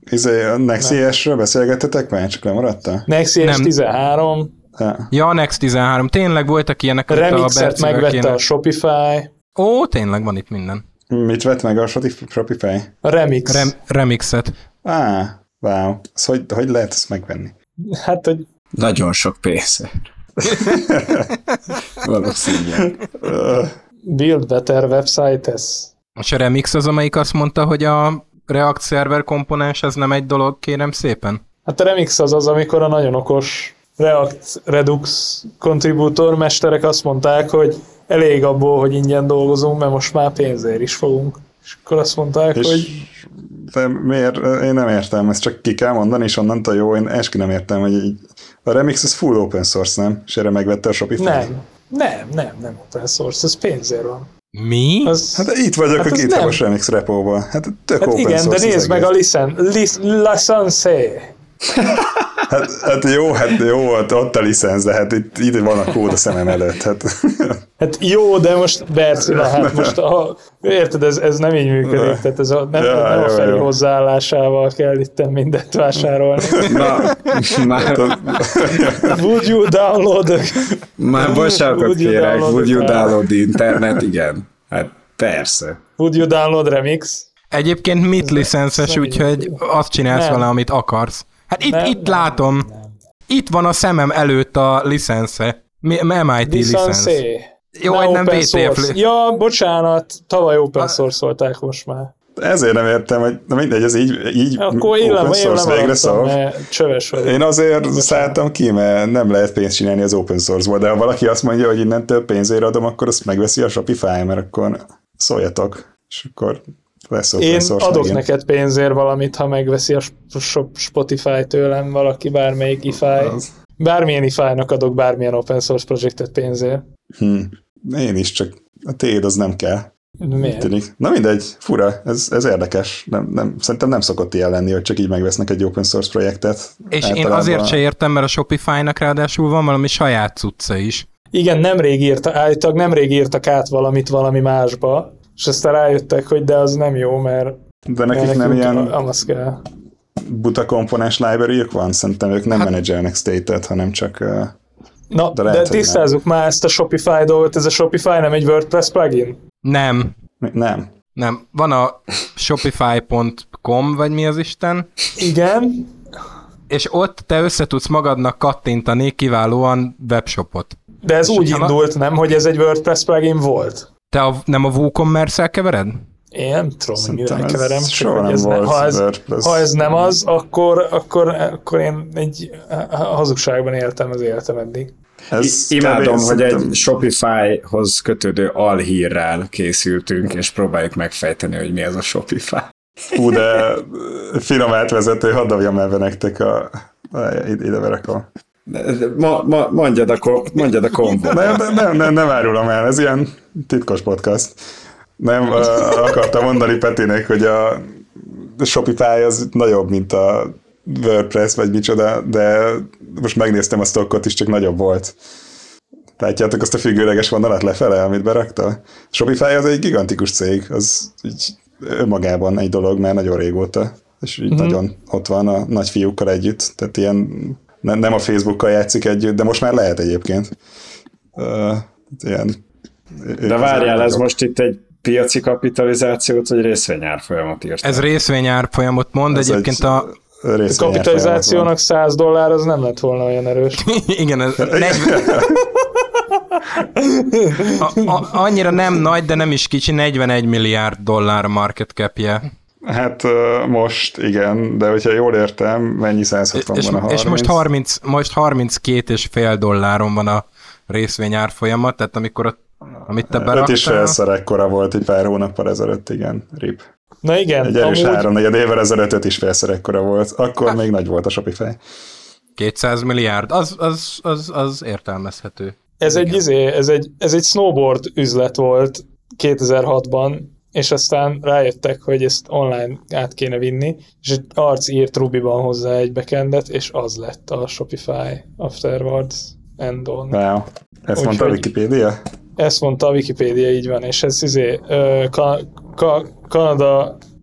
A Next.js-ről beszélgettetek már? Csak lemaradtál? Next.js 13. Ja, Next 13. Tényleg voltak ilyenek. Remixet megvette a Shopify. Ó, tényleg van itt minden. Mit vett meg a Shopify? A Remix. Remixet. Wow. Hogy lehet ezt megvenni? Hát, hogy... Nagyon sok pénz. Valószínűleg. Build better website-es. És a Remix az, amelyik azt mondta, hogy a React Server komponens ez nem egy dolog, kérem szépen? Hát a Remix az, amikor a nagyon okos React Redux kontribútor mesterek azt mondták, hogy elég abból, hogy ingyen dolgozunk, mert most már pénzért is fogunk. És akkor azt mondták, hogy... De miért? Én nem értem, ezt csak ki kell mondani, és onnantól jó, én eskü nem értem, hogy így... A Remix az full open source, nem? És erre megvette a Shopify? Nem open source, ez pénzért van. Mi? Hát itt vagyok a GitHub-os Remix repóban. Hát tök open igen, source. De nézd meg a license. Hát jó, ott a licensz, de hát itt van a kód a szemem előtt. Hát jó, de most Bercila, hát most érted, ez nem így működik, tehát ez nem a Feri hozzáállásával kell itt mindent vásárolni. Would you download? Már bocsánatot kérek, would you download internet? Igen, hát persze. Would you download Remix? Egyébként mit licenszes, úgyhogy azt csinálsz vele, amit akarsz. Hát itt látom. Nem. Itt van a szemem előtt a licensze. MIT licensz. Jó, hogy nem VTF. Ja, bocsánat, tavaly open source-olták most már. Ezért nem értem, hogy na mindegy, ez így akkor open source végre szól. Csöves vagyok. Én azért szálltam ki, mert nem lehet pénzt csinálni az open source-ból, de ha valaki azt mondja, hogy innentől pénzért adom, akkor azt megveszi a Shopify, mert akkor szóljatok, és akkor lesz open én source adok megint. neked pénzért valamit, ha megveszi a Spotify tőlem valaki, bármelyik ify. Bármilyen ify-nak adok bármilyen open source projektet pénzért. Én is, csak a tiéd az nem kell. Miért? Na mindegy, fura, ez érdekes. Szerintem nem szokott ilyen lenni, hogy csak így megvesznek egy open source projektet. És általában... én azért se értem, mert a Shopify-nak ráadásul van valami saját cucca is. Igen, állítólag nemrég írtak át valami másba, és aztán rájöttek, hogy de az nem jó, mert... De nekik nem ilyen kell. buta komponens library-ük van? Szerintem ők nem menedzselnek state-et, hanem csak... Na, de tisztázzuk már ezt a Shopify dolgot, ez a Shopify nem egy WordPress plugin? Nem. Van a shopify.com, vagy mi az Isten? Igen. És ott te össze tudsz magadnak kattintani kiválóan webshopot. De ez úgy indult, nem, hogy ez egy WordPress plugin volt? Te nem a WooCommerce-el kevered? Én nem tudom, hogy mivel keverem. Ha ez nem az, akkor én egy hazugságban éltem az életem eddig. Imádom, hogy egy Shopify-hoz kötődő alhírrel készültünk, és próbáljuk megfejteni, hogy mi ez a Shopify. De finom átvezető, hadd dobjam el nektek ide verakom. Mondjad a kombot. Nem árulom el, ez ilyen titkos podcast. Nem, akartam mondani Petinek, hogy a Shopify az nagyobb, mint a WordPress, vagy micsoda, de most megnéztem a stockot is, csak nagyobb volt. Látjátok azt a függőleges vonalat lefele, amit berakta? Shopify az egy gigantikus cég, az így önmagában egy dolog, mert nagyon régóta, és így nagyon ott van a nagy fiúkkal együtt, tehát ilyen nem a Facebookkal játszik együtt, de most már lehet egyébként. De várjál, ez most itt egy piaci kapitalizációt, vagy részvényárfolyamot írt? Ez részvényárfolyamot mond, ez egyébként a kapitalizációnak $100 az nem lett volna olyan erős. Igen, ez 40... annyira nem nagy, de nem is kicsi, $41 milliárd a market capje. Hát most igen, de hogyha jól értem, mennyi 160 van a 30? És most $32,5 van a részvényár folyamat, tehát amikor amit te beraktál... 5,5-szer ekkora volt egy pár hónappal ezelőtt, igen, RIP. Na igen. Egy erős 3-4 évvel ezelőtt 5,5-szer ekkora volt, akkor még nagy volt a Shopify. 200 milliárd, az értelmezhető. Ez egy snowboard üzlet volt 2006-ban, és aztán rájöttek, hogy ezt online át kéne vinni, és egy arc írt Rubyban hozzá egy backendet, és az lett a Shopify afterwards and on. Wow. Ezt mondta a Wikipédia? Ezt mondta a Wikipédia, így van, és ez Kanada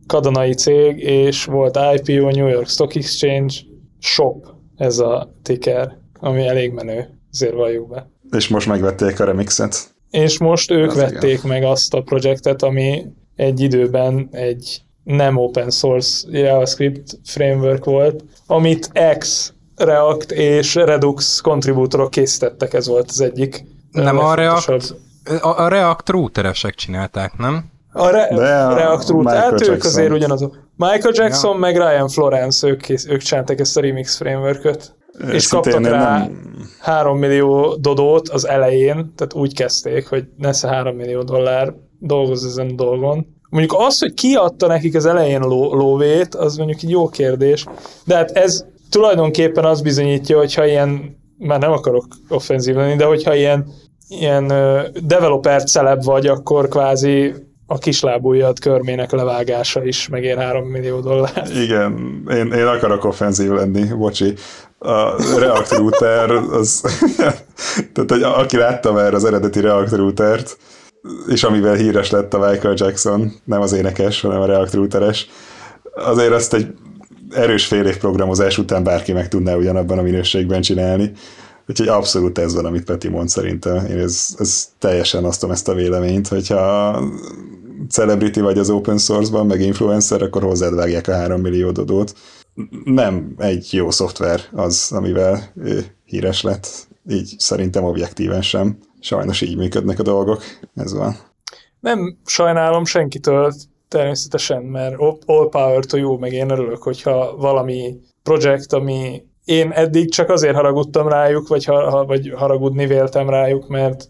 kanadai cég, és volt IPO, New York Stock Exchange, SHOP, ez a ticker, ami elég menő, azért valljuk be. És most megvették a Remixet. És most ők vették meg azt a projektet, ami egy időben egy nem open source JavaScript framework volt, amit X, React és Redux kontribútorok készítettek, ez volt az egyik. Nem a React routeresek csinálták, nem? A React Router, hát ők azért ugyanazok. Michael Jackson meg Ryan Florence, ők csinálták ezt a Remix frameworköt. És kaptak rá 3 millió dodót az elején, tehát úgy kezdték, hogy nesze $3 millió dolgoz ezen a dolgon. Mondjuk az, hogy ki adta nekik az elején a lóvét, az mondjuk egy jó kérdés, de hát ez tulajdonképpen az bizonyítja, hogyha ilyen, már nem akarok offenzív lenni, de hogyha ilyen developer celeb vagy, akkor kvázi a kislábújjad körmének levágása is megér $3 millió. Igen, én akarok offenzív lenni, bocsi. A React Router, az, tehát hogy aki látta már az eredeti React Routert, és amivel híres lett a Michael Jackson, nem az énekes, hanem a React Routeres, azért azt egy erős fél év programozás után bárki meg tudná ugyanabban a minőségben csinálni. Úgyhogy abszolút ez van, amit Peti mond szerintem. Én ez teljesen osztom ezt a véleményt, hogyha celebrity vagy az open source-ban, meg influencer, akkor hozzád vágják a 3 millió dodót. Nem egy jó szoftver az, amivel híres lett. Így szerintem objektíven sem. Sajnos így működnek a dolgok. Ez van. Nem sajnálom senkitől természetesen, mert all power to you, meg én örülök, hogyha valami projekt, ami én eddig csak azért haragudtam rájuk, vagy haragudni véltem rájuk, mert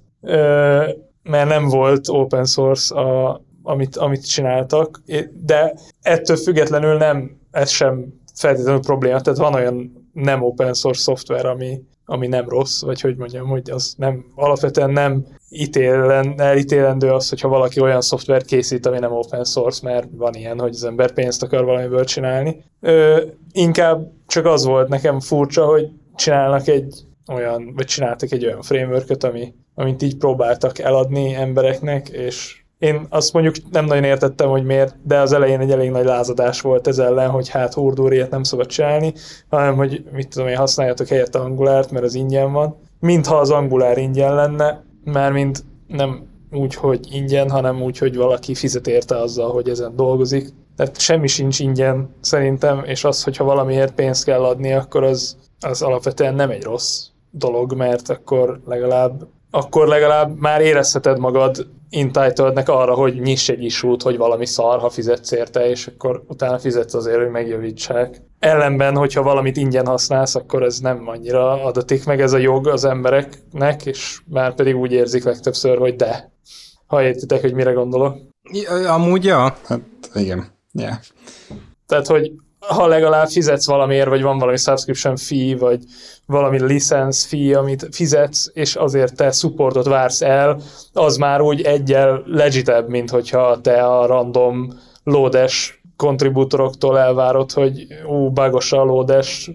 nem volt open source, amit csináltak, de ettől függetlenül ez sem feltétlenül probléma, tehát van olyan nem open source szoftver, ami nem rossz, vagy hogy mondjam, hogy az nem, alapvetően nem elítélendő az, hogyha valaki olyan szoftvert készít, ami nem open source, mert van ilyen, hogy az ember pénzt akar valamiből csinálni. Inkább csak az volt nekem furcsa, hogy csináltak egy olyan frameworköt, amit így próbáltak eladni embereknek, és én azt mondjuk nem nagyon értettem, hogy miért, de az elején egy elég nagy lázadás volt ez ellen, hogy hát húrdúr, ilyet nem szabad csinálni, hanem hogy mit tudom én, használjatok helyett Angulárt, mert az ingyen van. Mintha az Angular ingyen lenne, mármint nem úgy, hogy ingyen, hanem úgy, hogy valaki fizet érte azzal, hogy ezen dolgozik. Tehát semmi sincs ingyen szerintem, és az, hogyha valamiért pénzt kell adni, akkor az alapvetően nem egy rossz dolog, mert akkor legalább már érezheted magad entitlednek arra, hogy nyiss egy issue-t, hogy valami szar, ha fizetsz érte, és akkor utána fizetsz azért, hogy megjavítsák. Ellenben, hogyha valamit ingyen használsz, akkor ez nem annyira adatik meg ez a jog az embereknek, és már pedig úgy érzik legtöbbször, hogy de. Ha értitek, hogy mire gondolok. Amúgy, ja. Hát igen. Yeah. Tehát, hogy ha legalább fizetsz valamiért, vagy van valami subscription fee, vagy valami license fee, amit fizetsz, és azért te supportot vársz el, az már úgy egyel legitebb, mint hogyha te a random loades kontribútoroktól elvárod, hogy bugos a loades,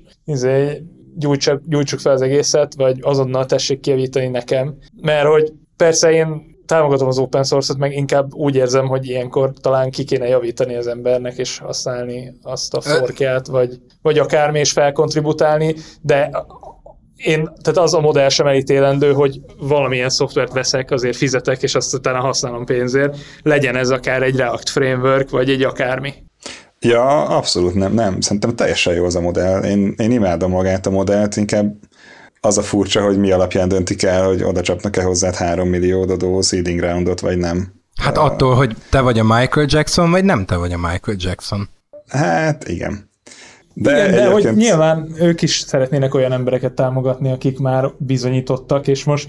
gyújtsuk fel az egészet, vagy azonnal tessék kijavítani nekem. Mert hogy persze én támogatom az open source-ot, meg inkább úgy érzem, hogy ilyenkor talán ki kéne javítani az embernek, és használni azt a forkját, vagy akármi, és felkontributálni, de tehát az a modell sem elítélendő, hogy valamilyen szoftvert veszek, azért fizetek, és azt utána használom pénzért. Legyen ez akár egy React framework, vagy egy akármi. Ja, abszolút nem. Szerintem teljesen jó az a modell. Én imádom magát a modellt, inkább az a furcsa, hogy mi alapján döntik el, hogy oda csapnak-e hozzád 3 millió dodó seeding roundot, vagy nem. Hát attól, hogy te vagy a Michael Jackson, vagy nem te vagy a Michael Jackson. Hát igen. De hogy nyilván ők is szeretnének olyan embereket támogatni, akik már bizonyítottak, és most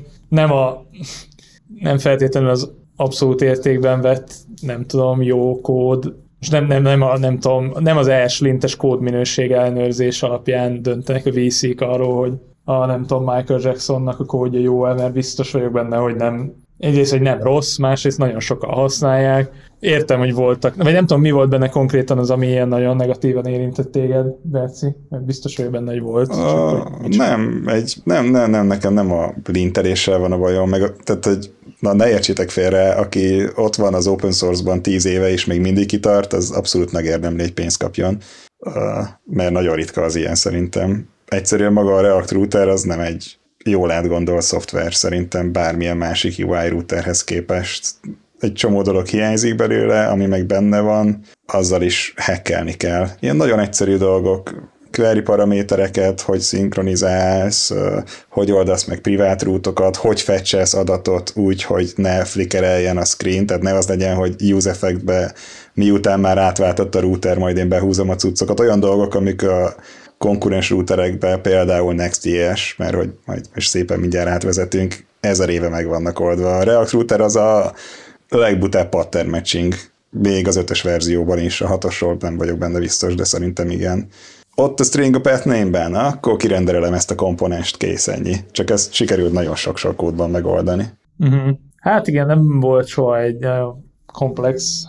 nem feltétlenül az abszolút értékben vett, nem tudom, jó kód, és nem az ESLint-es kódminőség ellenőrzés alapján döntenek a VC-k arról, hogy nem tudom, Michael Jacksonnak a kódja jó, mert biztos vagyok benne, hogy nem. Egyrészt, hogy nem rossz, másrészt nagyon sokan használják. Értem, hogy voltak, vagy nem tudom, mi volt benne konkrétan az, ami ilyen nagyon negatívan érintett téged, Berci, mert biztos vagyok benne, hogy volt. Nem, nekem nem a linteléssel van a bajom, tehát hogy na ne értsétek félre, aki ott van az open source-ban 10 éve és még mindig kitart, az abszolút megérdemli, hogy pénzt kapjon, mert nagyon ritka az ilyen szerintem. Egyszerűen maga a React router az nem egy jól átgondolt szoftver szerintem bármilyen másik UI routerhez képest. Egy csomó dolog hiányzik belőle, ami meg benne van, azzal is hackelni kell. Ilyen nagyon egyszerű dolgok, query paramétereket, hogy szinkronizálsz, hogy oldasz meg privát rútokat, hogy fetchelsz adatot úgy, hogy ne flickereljen a screen, tehát ne az legyen, hogy use effectbe miután már átváltott a router, majd én behúzom a cuccokat. Olyan dolgok, amik a konkurens routerekbe, például Next.js, mert hogy majd szépen mindjárt átvezetünk, 1000 éve meg vannak oldva. A React router az a legbutább pattern matching, még az 5-ös verzióban is, a 6-osról nem vagyok benne biztos, de szerintem igen. Ott a string a path name-ben, akkor kirenderelem ezt a komponenst, kész, ennyi. Csak ezt sikerült nagyon sok kódban megoldani. Hát igen, nem volt soha egy komplex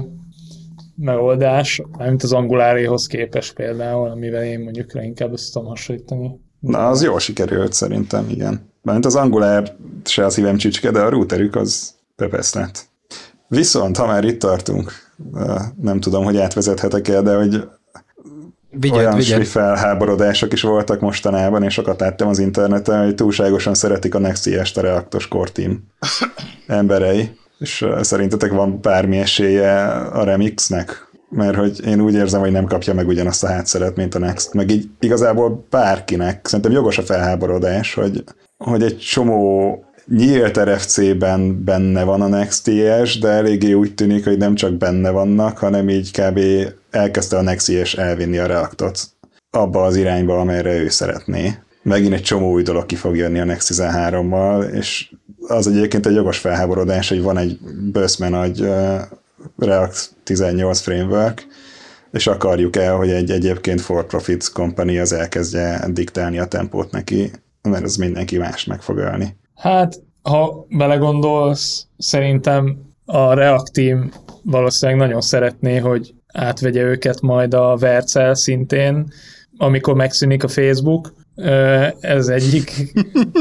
megoldás, mint az Anguláréhoz képest például, amivel én mondjuk inkább ezt tudom hasonlítani. Na, az jól sikerült szerintem, igen. Mert az Angular se a szívem csücske, de a routerük az pepesz lett. Viszont, ha már itt tartunk, nem tudom, hogy átvezethetek el, de hogy olyan felháborodások is voltak mostanában, és sokat láttam az interneten, hogy túlságosan szeretik a Next.js-t a Reactos core team emberei. És szerintetek van bármi esélye a Remixnek? Mert hogy én úgy érzem, hogy nem kapja meg ugyanazt a hátszeret, mint a Next. Meg így igazából bárkinek. Szerintem jogos a felháborodás, hogy egy csomó nyílt RFC-ben benne van a Next.js, de eléggé úgy tűnik, hogy nem csak benne vannak, hanem így kb. Elkezdte a Next.js elvinni a Reactot abba az irányba, amelyre ő szeretné. Megint egy csomó új dolog ki fog jönni a Next 13-mal, és az egyébként egy jogos felháborodás, hogy van egy böszme nagy React 18 framework, és akarjuk el, hogy egy egyébként for-profit company az elkezdje diktálni a tempót neki, mert az mindenki más meg fog ölni. Hát, ha belegondolsz, szerintem a React team valószínűleg nagyon szeretné, hogy átvegye őket majd a Vercel szintén, amikor megszűnik a Facebook. Ez egyik.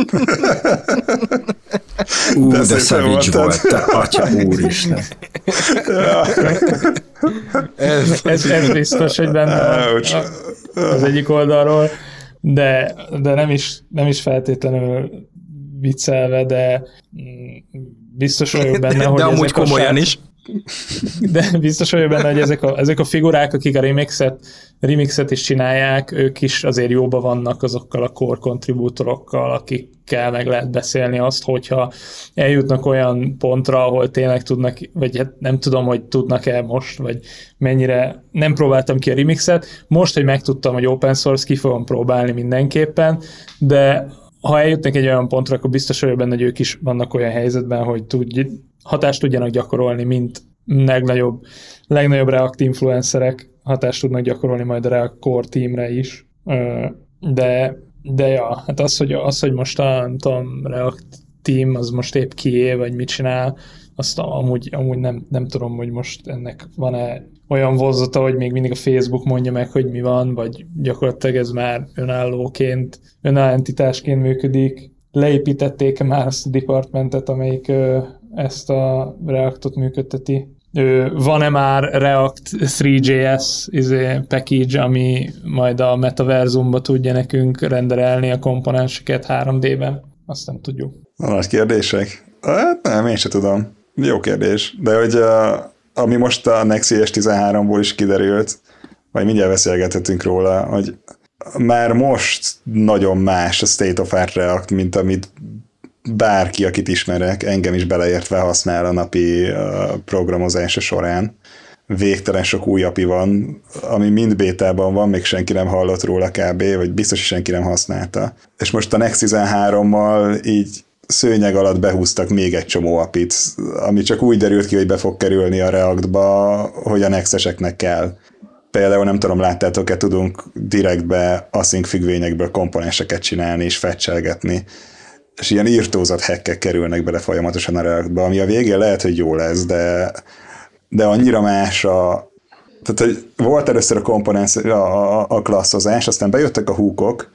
De savage volt, te atya úristen. Ez biztos, hogy benne az egyik oldalról, de nem is feltétlenül viccelve, de biztos vagyok benne, hogy de amúgy komolyan is. De biztos vagyok benne, hogy ezek a figurák, akik a remixet is csinálják, ők is azért jóba vannak azokkal a core kontribútorokkal, akikkel meg lehet beszélni azt, hogyha eljutnak olyan pontra, ahol tényleg tudnak, vagy hát nem tudom, hogy tudnak-e most, vagy mennyire nem próbáltam ki a remixet. Most, hogy megtudtam, hogy open source, ki fogom próbálni mindenképpen, de ha eljutnak egy olyan pontra, akkor biztos vagyok benne, hogy ők is vannak olyan helyzetben, hogy hatást tudjanak gyakorolni, mint legnagyobb React influencerek hatást tudnak gyakorolni majd a React Core teamre is. De ja, hát az, hogy most a React team az most épp kié, vagy mit csinál, azt amúgy nem tudom, hogy most ennek van-e olyan vonzata, hogy még mindig a Facebook mondja meg, hogy mi van, vagy gyakorlatilag ez már önálló entitásként működik. Leépítették már azt a departmentet, amelyik ezt a Reactot működteti. Van-e már React 3JS package, ami majd a metaverzumba tudja nekünk renderelni a komponenseket 3D-ben? Azt nem tudjuk. Nagy kérdések? Hát nem, én sem tudom. Jó kérdés. De hogy ami most a Next.js 13-ból is kiderült, majd mindjárt beszélgethetünk róla, hogy már most nagyon más a state of art React, mint amit bárki, akit ismerek, engem is beleértve használ a napi programozása során. Végtelen sok új API van, ami mind bétában van, még senki nem hallott róla kb, vagy biztos, hogy senki nem használta. És most a Next 13-mal így szőnyeg alatt behúztak még egy csomó API-t, ami csak úgy derült ki, hogy be fog kerülni a Reactba, hogy a Next-eseknek kell. Például nem tudom, láttátok-e, tudunk direktbe async függvényekből komponenseket csinálni és fetchelgetni, és ilyen írtózott hackek kerülnek bele folyamatosan a Reactba, ami a végén lehet, hogy jó lesz, de annyira más tehát, hogy volt először a komponens, a klasszozás, aztán bejöttek a hookok,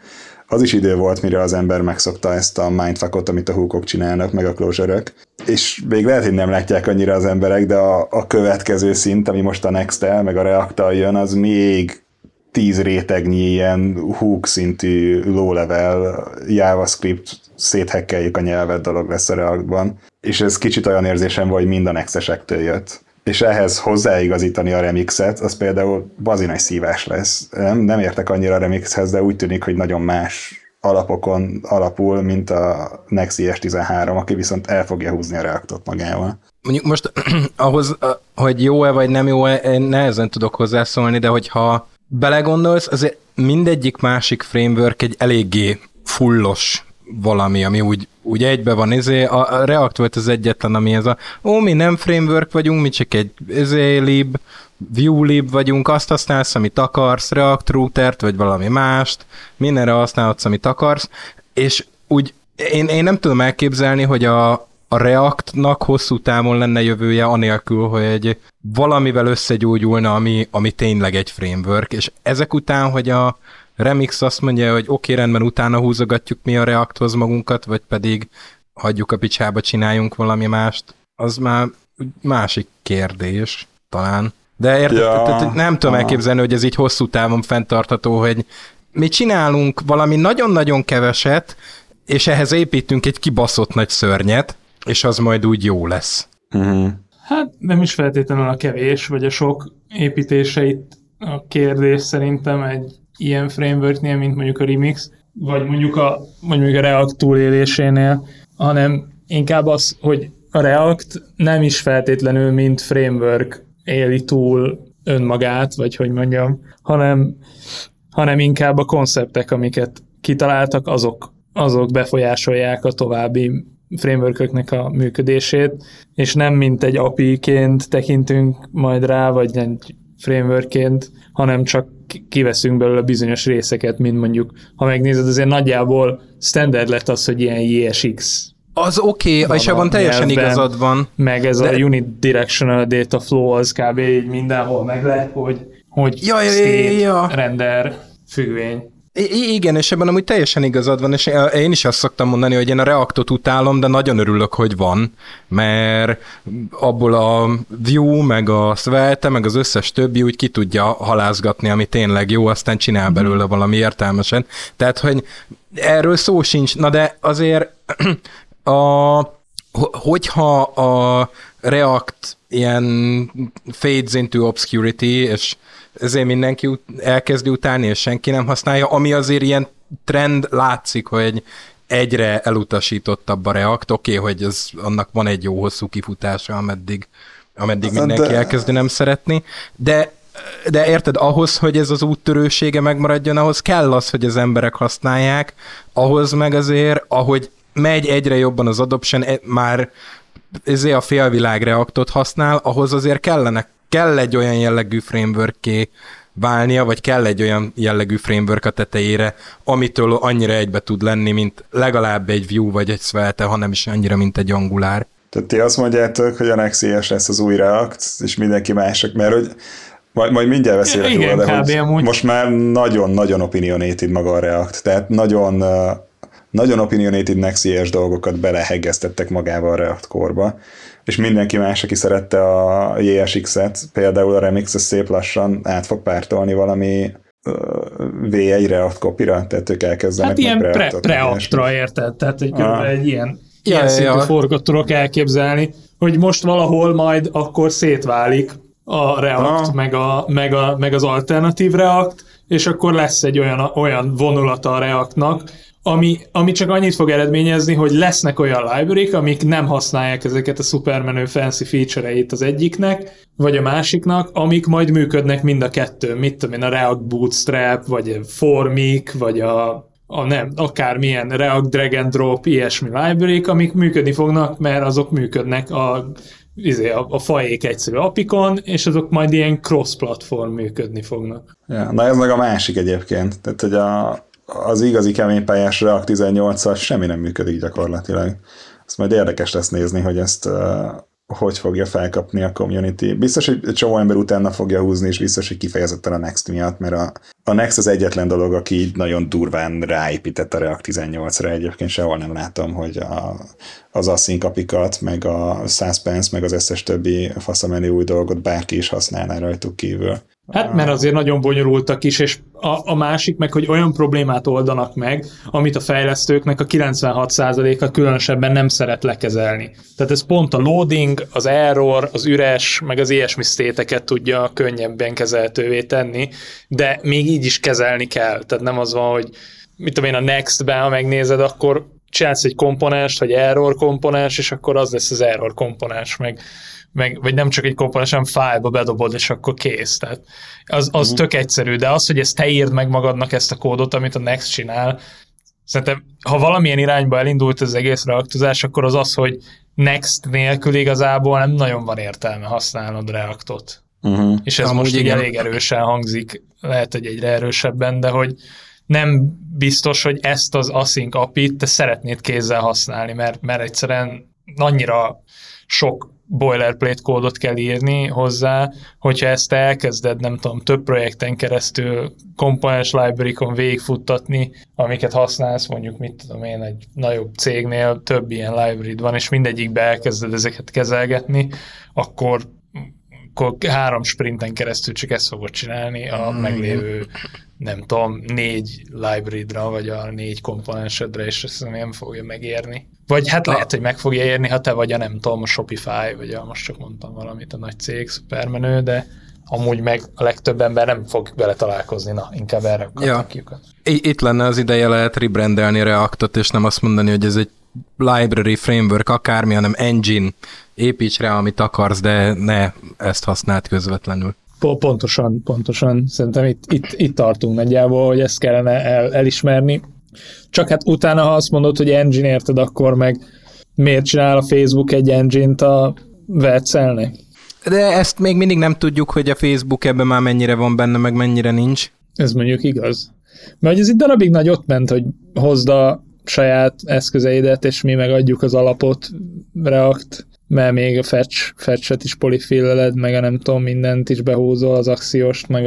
az is idő volt, mire az ember megszokta ezt a mindfuckot, amit a hookok csinálnak, meg a closure-ök. És még lehet, hogy nem látják annyira az emberek, de a következő szint, ami most a Next-tel, meg a React-tal jön, az még 10 rétegnyi ilyen hook szintű low-level JavaScript széthekkeljük a nyelvet dolog lesz a React-ban. És ez kicsit olyan érzésem volt, hogy mind a Next-esektől jött. És ehhez hozzáigazítani a remixet, az például bazi nagy szívás lesz. Nem értek annyira a remixhez, de úgy tűnik, hogy nagyon más alapokon alapul, mint a Next.js 13, aki viszont el fogja húzni a Reactot magával. Mondjuk most ahhoz, hogy jó-e vagy nem jó-e, én nehezen tudok hozzászólni, de hogyha belegondolsz, azért mindegyik másik framework egy eléggé fullos valami, ami úgy egybe van, a React volt az egyetlen, ami ez mi nem framework vagyunk, mi csak egy lib, view lib vagyunk, azt használsz, amit akarsz, React routert, vagy valami mást, mindenre használhatsz, amit akarsz, és úgy én nem tudom elképzelni, hogy a Reactnak hosszú távon lenne jövője anélkül, hogy valamivel összegyógyulna, ami tényleg egy framework, és ezek után, hogy a Remix azt mondja, hogy oké, rendben, utána húzogatjuk mi a Reacthoz magunkat, vagy pedig hagyjuk a picsába, csináljunk valami mást, az már másik kérdés talán. De érted, nem tudom elképzelni, hogy ez így hosszú távon fenntartható, hogy mi csinálunk valami nagyon-nagyon keveset, és ehhez építünk egy kibaszott nagy szörnyet, és az majd úgy jó lesz. Uh-huh. Hát nem is feltétlenül a kevés, vagy a sok építéseit a kérdés szerintem egy ilyen frameworknél, mint mondjuk a Remix, vagy mondjuk a React túlélésénél, hanem inkább az, hogy a React nem is feltétlenül mint framework éli túl önmagát, vagy hogy mondjam, hanem inkább a konceptek, amiket kitaláltak, azok befolyásolják a további frameworköknek a működését, és nem mint egy API-ként tekintünk majd rá, vagy egy frameworkként, hanem csak kiveszünk belőle bizonyos részeket, mint mondjuk, ha megnézed, azért nagyjából standard lett az, hogy ilyen JSX. Az oké, és abban teljesen igazad van. Meg ez a Unidirectional Data Flow, az kb. Így mindenhol meg lehet, hogy state, render, függvény. Igen, és ebben amúgy teljesen igazad van, és én is azt szoktam mondani, hogy én a Reactot utálom, de nagyon örülök, hogy van, mert abból a Vue, meg a Svelte, meg az összes többi úgy ki tudja halázgatni, ami tényleg jó, aztán csinál belőle valami értelmesen. Tehát, hogy erről szó sincs, na de azért hogyha a React ilyen fades into obscurity, és ezért mindenki elkezdi utálni, és senki nem használja, ami azért ilyen trend látszik, hogy egyre elutasítottabb a React. Oké, hogy annak van egy jó hosszú kifutása, ameddig mindenki elkezdi nem szeretni, de érted, ahhoz, hogy ez az úttörősége megmaradjon, ahhoz kell az, hogy az emberek használják, ahhoz meg azért, ahogy megy egyre jobban az adoption, már ezért a félvilág Reactot használ, ahhoz azért kell egy olyan jellegű framework-ké válnia, vagy kell egy olyan jellegű framework a tetejére, amitől annyira egybe tud lenni, mint legalább egy Vue vagy egy Svelte, hanem is annyira, mint egy Angular. Tehát ti azt mondjátok, hogy a Next.js lesz az új React, és mindenki mások, mert hogy majd mindjárt beszélek róla, de hogy most már nagyon-nagyon opinionated maga a React, tehát nagyon opinionated Next.js dolgokat belehegeztettek magába a React core-ba, és mindenki más, aki szerette a JSX-et, például a Remix, szép lassan át fog pártolni valami V1 React copy-ra, tehát ők elkezdenek hát ilyen Preactra érted, tehát egy ilyen szintű forgot tudok elképzelni, hogy most valahol majd akkor szétválik a React, meg az alternatív React, és akkor lesz egy olyan vonulata a Reactnak, ami csak annyit fog eredményezni, hogy lesznek olyan library-k, amik nem használják ezeket a szupermenő fancy feature-eit az egyiknek, vagy a másiknak, amik majd működnek mind a kettő. Mit tudom én, a React Bootstrap, vagy a Formik, vagy akármilyen React Drag and Drop, ilyesmi library-k, amik működni fognak, mert azok működnek a fajék egyszerű apikon, és azok majd ilyen cross-platform működni fognak. Ja, na ez meg a másik egyébként. Tehát, hogy az igazi keménypályás React 18-szal semmi nem működik gyakorlatilag. Azt majd érdekes lesz nézni, hogy ezt hogy fogja felkapni a community. Biztos, hogy csomó ember utána fogja húzni, és biztos, hogy kifejezetten a Next miatt, mert a Next az egyetlen dolog, aki így nagyon durván ráépített a React 18-ra. Egyébként sehol nem látom, hogy az async apikat, meg a suspense, meg az összes többi faszamenő új dolgot bárki is használná rajtuk kívül. Hát mert azért nagyon bonyolultak is, és a másik meg, hogy olyan problémát oldanak meg, amit a fejlesztőknek a 96%-a különösebben nem szeret lekezelni. Tehát ez pont a loading, az error, az üres, meg az ilyesmi state-eket tudja könnyebben kezelhetővé tenni, de még így is kezelni kell. Tehát nem az van, hogy mit tudom én, a Next-ben, ha megnézed, akkor csinálsz egy komponenst, vagy error komponens, és akkor az lesz az error komponens, vagy nem csak egy komponens, hanem fájlba bedobod, és akkor kész. Tehát az tök egyszerű, de az, hogy ezt te írd meg magadnak ezt a kódot, amit a Next csinál, szerintem, ha valamilyen irányba elindult az egész reaktozás, akkor az, hogy Next nélkül igazából nem nagyon van értelme használnod Reactot. És ez most így elég erősen hangzik, lehet, hogy egyre erősebben, de hogy nem biztos, hogy ezt az async API-t te szeretnéd kézzel használni, mert egyszerűen annyira sok boilerplate kódot kell írni hozzá, hogyha ezt elkezded, nem tudom, több projekten keresztül komponens library-kon végigfuttatni, amiket használsz, mondjuk, mit tudom én, egy nagyobb cégnél több ilyen library van, és mindegyikbe elkezded ezeket kezelgetni, akkor 3 sprinten keresztül csak ezt fogod csinálni a meglévő, nem tudom, 4 library-ra, vagy a 4 komponensedre, és ezt nem fogja megérni. Vagy hát lehet, hogy meg fogja érni, ha te vagy a nem tudom, a Shopify, vagy most csak mondtam valamit, a nagy cég, szupermenő, de amúgy meg a legtöbb ember nem fog vele találkozni, na, inkább erre akarnak lyukat. Itt lenne az ideje, lehet rebrandelni Reactot, és nem azt mondani, hogy ez egy library, framework, akármi, hanem engine, építs rá, amit akarsz, de ne ezt használd közvetlenül. Pontosan. Szerintem itt tartunk nagyjából, hogy ezt kellene elismerni. Csak hát utána, ha azt mondod, hogy engine érted, akkor meg miért csinál a Facebook egy engine-t a Vetszelnek? De ezt még mindig nem tudjuk, hogy a Facebook ebben már mennyire van benne, meg mennyire nincs. Ez mondjuk igaz. Mert ez egy darabig nagy ott ment, hogy hozd a saját eszközeidet, és mi megadjuk az alapot, React, mert még a fetch-et is polifilleled, meg a nem tudom, mindent is behúzol, az Axiost, meg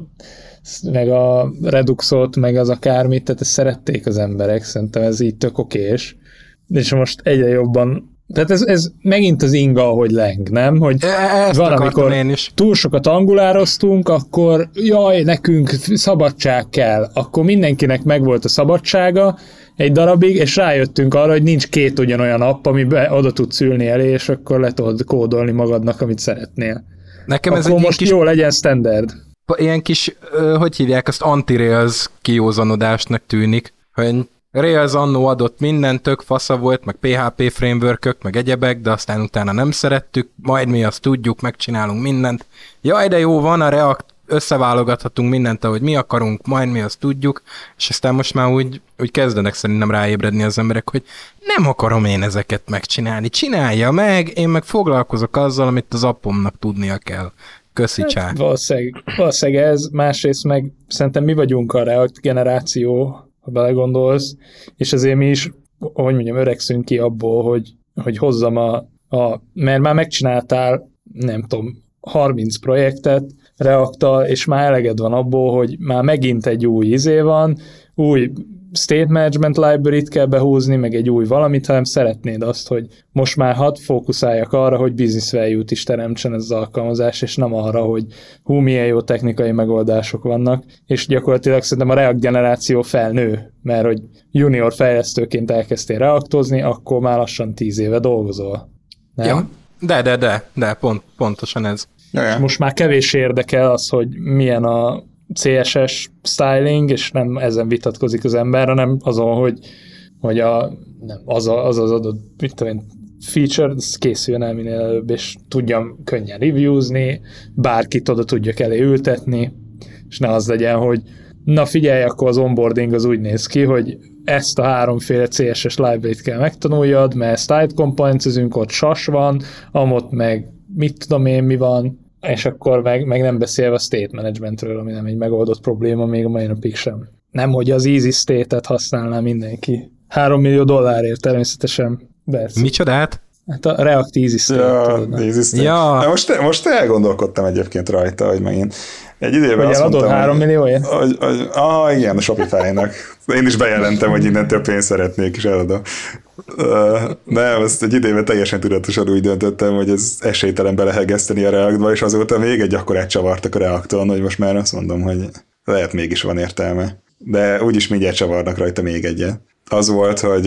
a Reduxot, meg az akármit, tehát ezt szerették az emberek, szerintem ez így tök okés. És most egyre jobban, tehát ez megint az inga, ahogy leng, nem? Hogy van, amikor túl sokat angulároztunk, akkor jaj, nekünk szabadság kell. Akkor mindenkinek megvolt a szabadsága egy darabig, és rájöttünk arra, hogy nincs 2 ugyanolyan app, amiben oda tudsz ülni elé, és akkor le tudod kódolni magadnak, amit szeretnél. Nekem akkor ez egy most kis... jó legyen standard. Ilyen kis, hogy hívják, azt anti-Rails kiózanodásnak tűnik, hogy Rails annó adott minden, tök fasza volt, meg PHP frameworkök, meg egyebek, de aztán utána nem szerettük, majd mi azt tudjuk, megcsinálunk mindent. Jaj, de jó, van a React, összeválogathatunk mindent, ahogy mi akarunk, majd mi azt tudjuk, és aztán most már úgy kezdenek szerintem ráébredni az emberek, hogy nem akarom én ezeket megcsinálni, csinálja meg, én meg foglalkozok azzal, amit az appomnak tudnia kell. Köszi, csá. Valószínűleg ez, másrészt meg szerintem mi vagyunk a React generáció, ha belegondolsz, és azért mi is, hogy mondjam, öregszünk ki abból, hogy hozzam mert már megcsináltál, nem tudom, 30 projektet React-tal, és már eleged van abból, hogy már megint egy új van, új state management library-t kell behúzni, meg egy új valamit, hanem szeretnéd azt, hogy most már hadd fókuszáljak arra, hogy business value-t is teremtsen ez az alkalmazás, és nem arra, hogy milyen jó technikai megoldások vannak, és gyakorlatilag szerintem a React generáció felnő, mert hogy junior fejlesztőként elkezdtél reaktozni, akkor már lassan 10 éve dolgozol. Nem? Ja, de pontosan ez. Ja. Most már kevés érdekel az, hogy milyen a CSS styling, és nem ezen vitatkozik az ember, hanem azon, hogy az adott feature készüljön el minél előbb, és tudjam könnyen reviewzni, bárkit oda tudjak elé ültetni, és ne az legyen, hogy na figyelj, akkor az onboarding az úgy néz ki, hogy ezt a 3 CSS library-t kell megtanuljad, mert style components-ezünk, ott SAS van, amott meg mit tudom én mi van, és akkor meg nem beszélve a state managementről, ami nem egy megoldott probléma még a mai napig sem. Nem, hogy az easy state-et használná mindenki. $3 millió természetesen. Berci. Micsodát? Hát a React Easy State. Easy State. Ja. Most elgondolkodtam egyébként rajta, hogy megint egy időben azt mondtam, 3 millióért? Igen, a Shopify-nak. Én is bejelentem, hogy innen több pénzt szeretnék, és eladom. Nem, ezt egy időben teljesen tudatosan úgy döntöttem, hogy ez esélytelen belehegeszteni a Reactba, és azóta még egy akkorát csavartak a Reacton, hogy most már azt mondom, hogy lehet mégis van értelme. De úgyis mindjárt csavarnak rajta még egyet. Az volt, hogy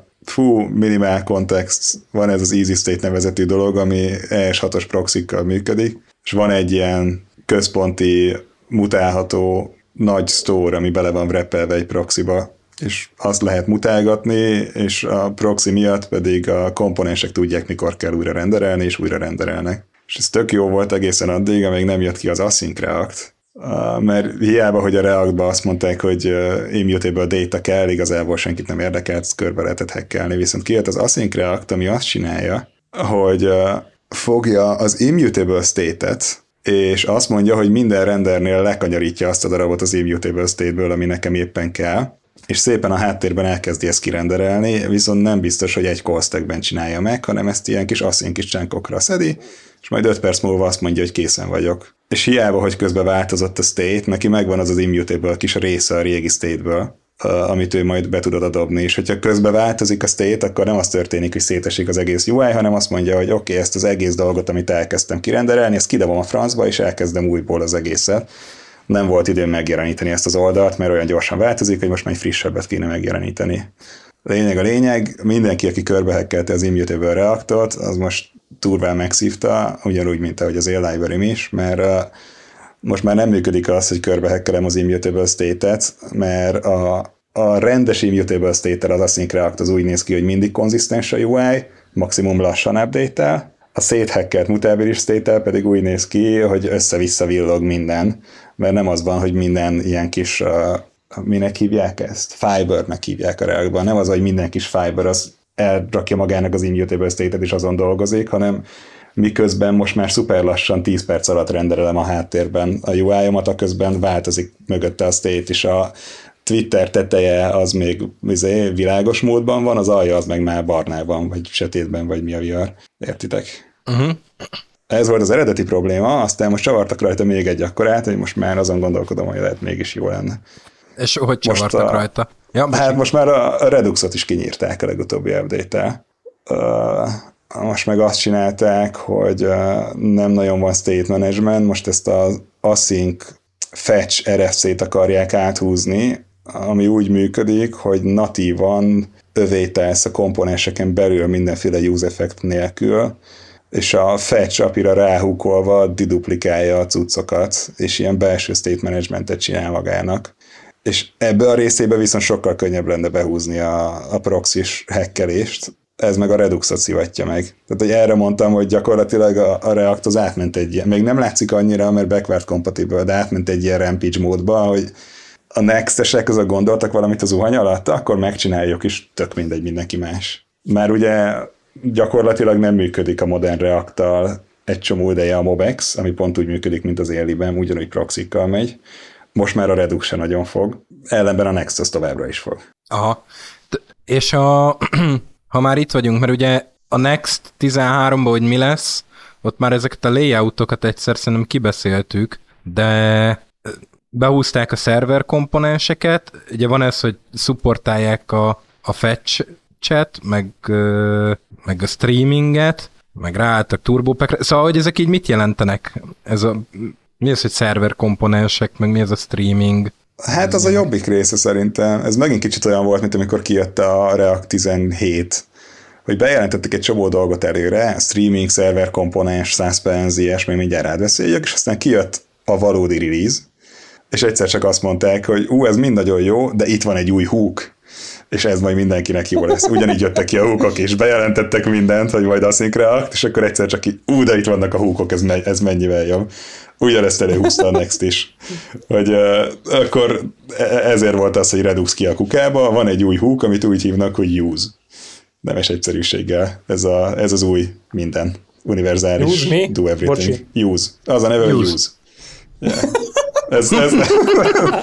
minimál kontext, van ez az Easy State nevezetű dolog, ami ES6-os proxikkal működik, és van egy ilyen központi, mutálható nagy store, ami bele van wrappelve egy proxiba, és azt lehet mutálgatni, és a proxy miatt pedig a komponensek tudják, mikor kell újra renderelni, és újra renderelnek. És ez tök jó volt egészen addig, amíg nem jött ki az Async React, mert hiába, hogy a Reactba azt mondták, hogy immutable data kell, igazából senkit nem érdekelt, körbe lehetett hackelni, viszont kijött az Async React, ami azt csinálja, hogy fogja az immutable state-et, és azt mondja, hogy minden rendernél lekanyarítja azt a darabot az immutable state-ből, ami nekem éppen kell, és szépen a háttérben elkezdi ezt kirenderelni, viszont nem biztos, hogy egy call stackben csinálja meg, hanem ezt ilyen kis async kis csánkokra szedi, és majd 5 perc múlva azt mondja, hogy készen vagyok. És hiába, hogy közben változott a state, neki megvan az immutable kis része a régi state-ből, amit ő majd be tudod dobni, és hogyha közben változik a state, akkor nem az történik, hogy szétesik az egész UI, hanem azt mondja, hogy oké, ezt az egész dolgot, amit elkezdtem kirenderelni, ezt kidobom a francba, és elkezdem újból az egészet. Nem volt időm megjeleníteni ezt az oldalt, mert olyan gyorsan változik, hogy most már egy frissebbet kéne megjeleníteni. A lényeg, mindenki, aki körbehekkelte az immutable Reactot, az most turván megszívta, ugyanúgy, mint ahogy az library is, mert most már nem működik az, hogy körbehekkelem az immutable state-et, mert a rendes immutable state-tel az Async React az úgy néz ki, hogy mindig konzisztens a UI, maximum lassan update-tel, a széthackelt mutábilis state-tel pedig úgy néz ki, hogy össze-vissza villog minden, mert nem az van, hogy minden ilyen kis, minek hívják ezt? Fibernek hívják a Reactban. Nem az, hogy minden kis fiber az elrakja magának az immutable state-et és azon dolgozik, hanem miközben most már szuper lassan 10 perc alatt renderelem a háttérben a UI-omat, a közben változik mögötte a state, és a Twitter teteje az még világos módban van, az alja az meg már barnában, vagy sötétben, vagy mi a VR. Értitek? Uh-huh. Ez volt az eredeti probléma, aztán most csavartak rajta még egy akkorát, hogy most már azon gondolkodom, hogy lehet mégis jó lenne. És hogy csavartak rajta? Ja, hát most már a Reduxot is kinyírták a legutóbbi update-tel. Most meg azt csinálták, hogy nem nagyon van state management, most ezt az async fetch RFC-t akarják áthúzni, ami úgy működik, hogy natívan övételsz a komponenseken belül mindenféle use effect nélkül, és a fetch API-ra ráhúkolva diduplikálja a cuccokat, és ilyen belső state managementet csinál magának. És ebbe a részébe viszont sokkal könnyebb lenne behúzni a proxys hackelést, ez meg a Reduxot szivatja meg. Tehát, hogy erre mondtam, hogy gyakorlatilag a React az átment egy ilyen, még nem látszik annyira, mert backward compatible, de átment egy ilyen rampage módba, hogy a Next-esek azok gondoltak valamit az zuhany alatt, akkor megcsináljuk is, tök mindegy, mindenki más. Már ugye gyakorlatilag nem működik a modern React-tal egy csomó ideje a MobX, ami pont úgy működik, mint az Early-ben, ugyanúgy proxikkal megy. Most már a Redux se nagyon fog, ellenben a Next az továbbra is fog. Aha. És ha már itt vagyunk, mert ugye a Next 13-ban, hogy mi lesz, ott már ezeket a layoutokat egyszer szerintem kibeszéltük, de behúzták a szerver komponenseket, ugye van ez, hogy szupportálják a fetch-et, meg a streaminget, meg ráálltak turbopackre, szóval, hogy ezek így mit jelentenek? Mi az, hogy szerver komponensek, meg mi az a streaming? Hát az a jobbik része szerintem. Ez megint kicsit olyan volt, mint amikor kijött a React 17, hogy bejelentettek egy csomó dolgot előre, streaming, szerver komponens, suspense, ilyesmi, mindjárt rád beszéljük, és aztán kijött a valódi release, és egyszer csak azt mondták, hogy ez mind nagyon jó, de itt van egy új hook, és ez majd mindenkinek jó lesz. Ugyanígy jöttek ki a hookok, és bejelentettek mindent, hogy majd Async React, és akkor egyszer csak így, de itt vannak a hookok, ez mennyivel jobb. Ugyanezt előhúzta a Next is. Hogy akkor ezért volt az, hogy Redux ki a kukába, van egy új hook, amit úgy hívnak, hogy use. Nemes egyszerűséggel. Ez az új minden. Univerzális. Do everything. Use. Az a neve, hogy use. Yeah. Ez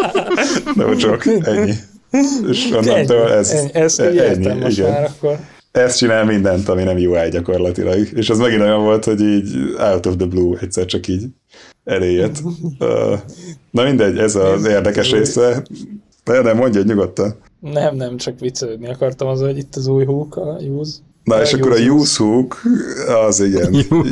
no joke. Ennyi. És onnantól ez ennyi. Ezt értem most már akkor. ez csinál mindent, ami nem UI gyakorlatilag. És az megint olyan volt, hogy így out of the blue egyszer csak így eléjött. Na mindegy, ez az érdekes része. De mondja nyugodtan. Nem, csak viccelődni akartam az, hogy itt az új hook, a use. Na és akkor a use hook, az igen.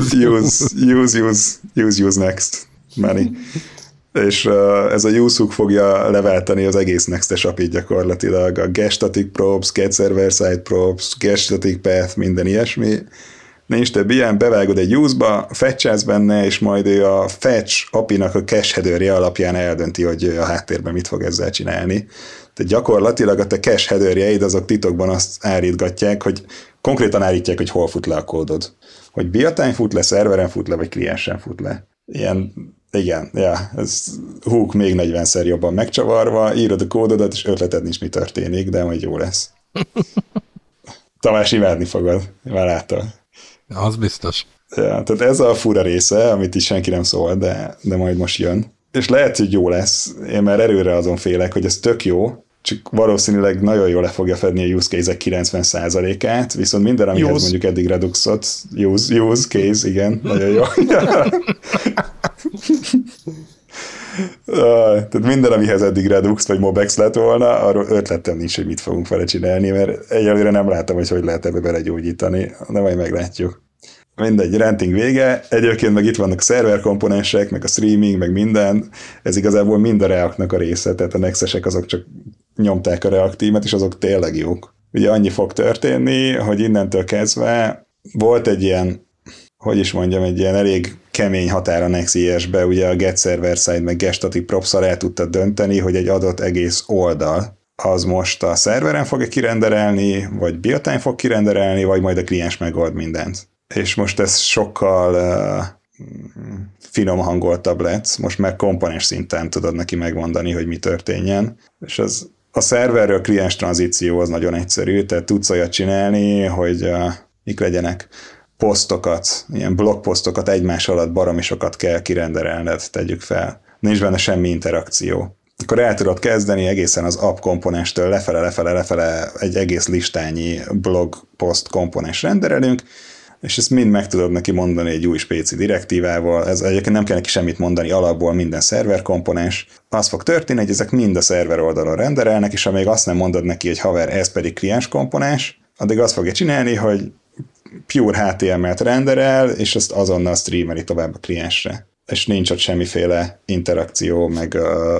Use next money. És ez a use hook fogja leváltani az egész Next-es API-t gyakorlatilag. A get static props, get server side props, get static path, minden ilyesmi. Nincs több ilyen, bevágod egy use-ba, fetchelsz benne, és majd ő a fetch API-nak a cache headerje alapján eldönti, hogy a háttérben mit fog ezzel csinálni. Tehát gyakorlatilag a te cache headerjeid azok titokban azt állítgatják, hogy konkrétan állítják, hogy hol fut le a kódod. Hogy build-time fut le, szerveren fut le, vagy kliensen fut le. Ilyen, igen, ez hook még 40-szer jobban megcsavarva, írod a kódodat, és ötleted nincs, mi történik, de majd jó lesz. Tamás, imádni fogod, már láttál. Az biztos. Ja, tehát ez a fura része, amit is senki nem szól, de majd most jön. És lehet, hogy jó lesz. Én már erőre azon félek, hogy ez tök jó, csak valószínűleg nagyon jól le fogja fedni a use case-ek 90%-át, viszont minden, amihez mondjuk eddig Reduxot, use case, igen, nagyon jó. Tehát minden, amihez eddig Redux vagy Mobex lett volna, arról ötletem nincs, hogy mit fogunk vele csinálni, mert egyelőre nem látom, hogy lehet ebbe belegyógyítani, de majd meglátjuk. Mindegy, renting vége, egyébként meg itt vannak a szerver komponensek, meg a streaming, meg minden, ez igazából mind a React-nak a része, tehát a Next-esek azok csak nyomták a React teamet, és azok tényleg jók. Ugye annyi fog történni, hogy innentől kezdve volt egy ilyen, hogy is mondjam, egy ilyen elég kemény határ a Next.js-be, ugye a get server side meg get static props-szal el tudtad dönteni, hogy egy adott egész oldal az most a szerveren fog kirenderelni, vagy build-time fog kirenderelni, vagy majd a kliens megold mindent. És most ez sokkal finom hangoltabb lett, most már komponens szinten tudod neki megmondani, hogy mi történjen. És az a szerverről kliens tranzíció az nagyon egyszerű, tehát tudsz olyat csinálni, hogy mik legyenek posztokat, ilyen blogposztokat egymás alatt baromi sokat kell kirenderelned, tegyük fel. Nincs benne semmi interakció. Akkor el tudod kezdeni egészen az app komponenstől lefele egy egész listányi blog post komponens renderelünk, és ezt mind meg tudod neki mondani egy új spéci direktívával, ez egyébként nem kell neki semmit mondani, alapból minden szerver komponens. Az fog történni, hogy ezek mind a szerver oldalon renderelnek, és amíg azt nem mondod neki, hogy haver, ez pedig kliens komponens, addig azt fogja csinálni, hogy pure HTML-t renderel, és azt azonnal streameli tovább a kliensre. És nincs ott semmiféle interakció, meg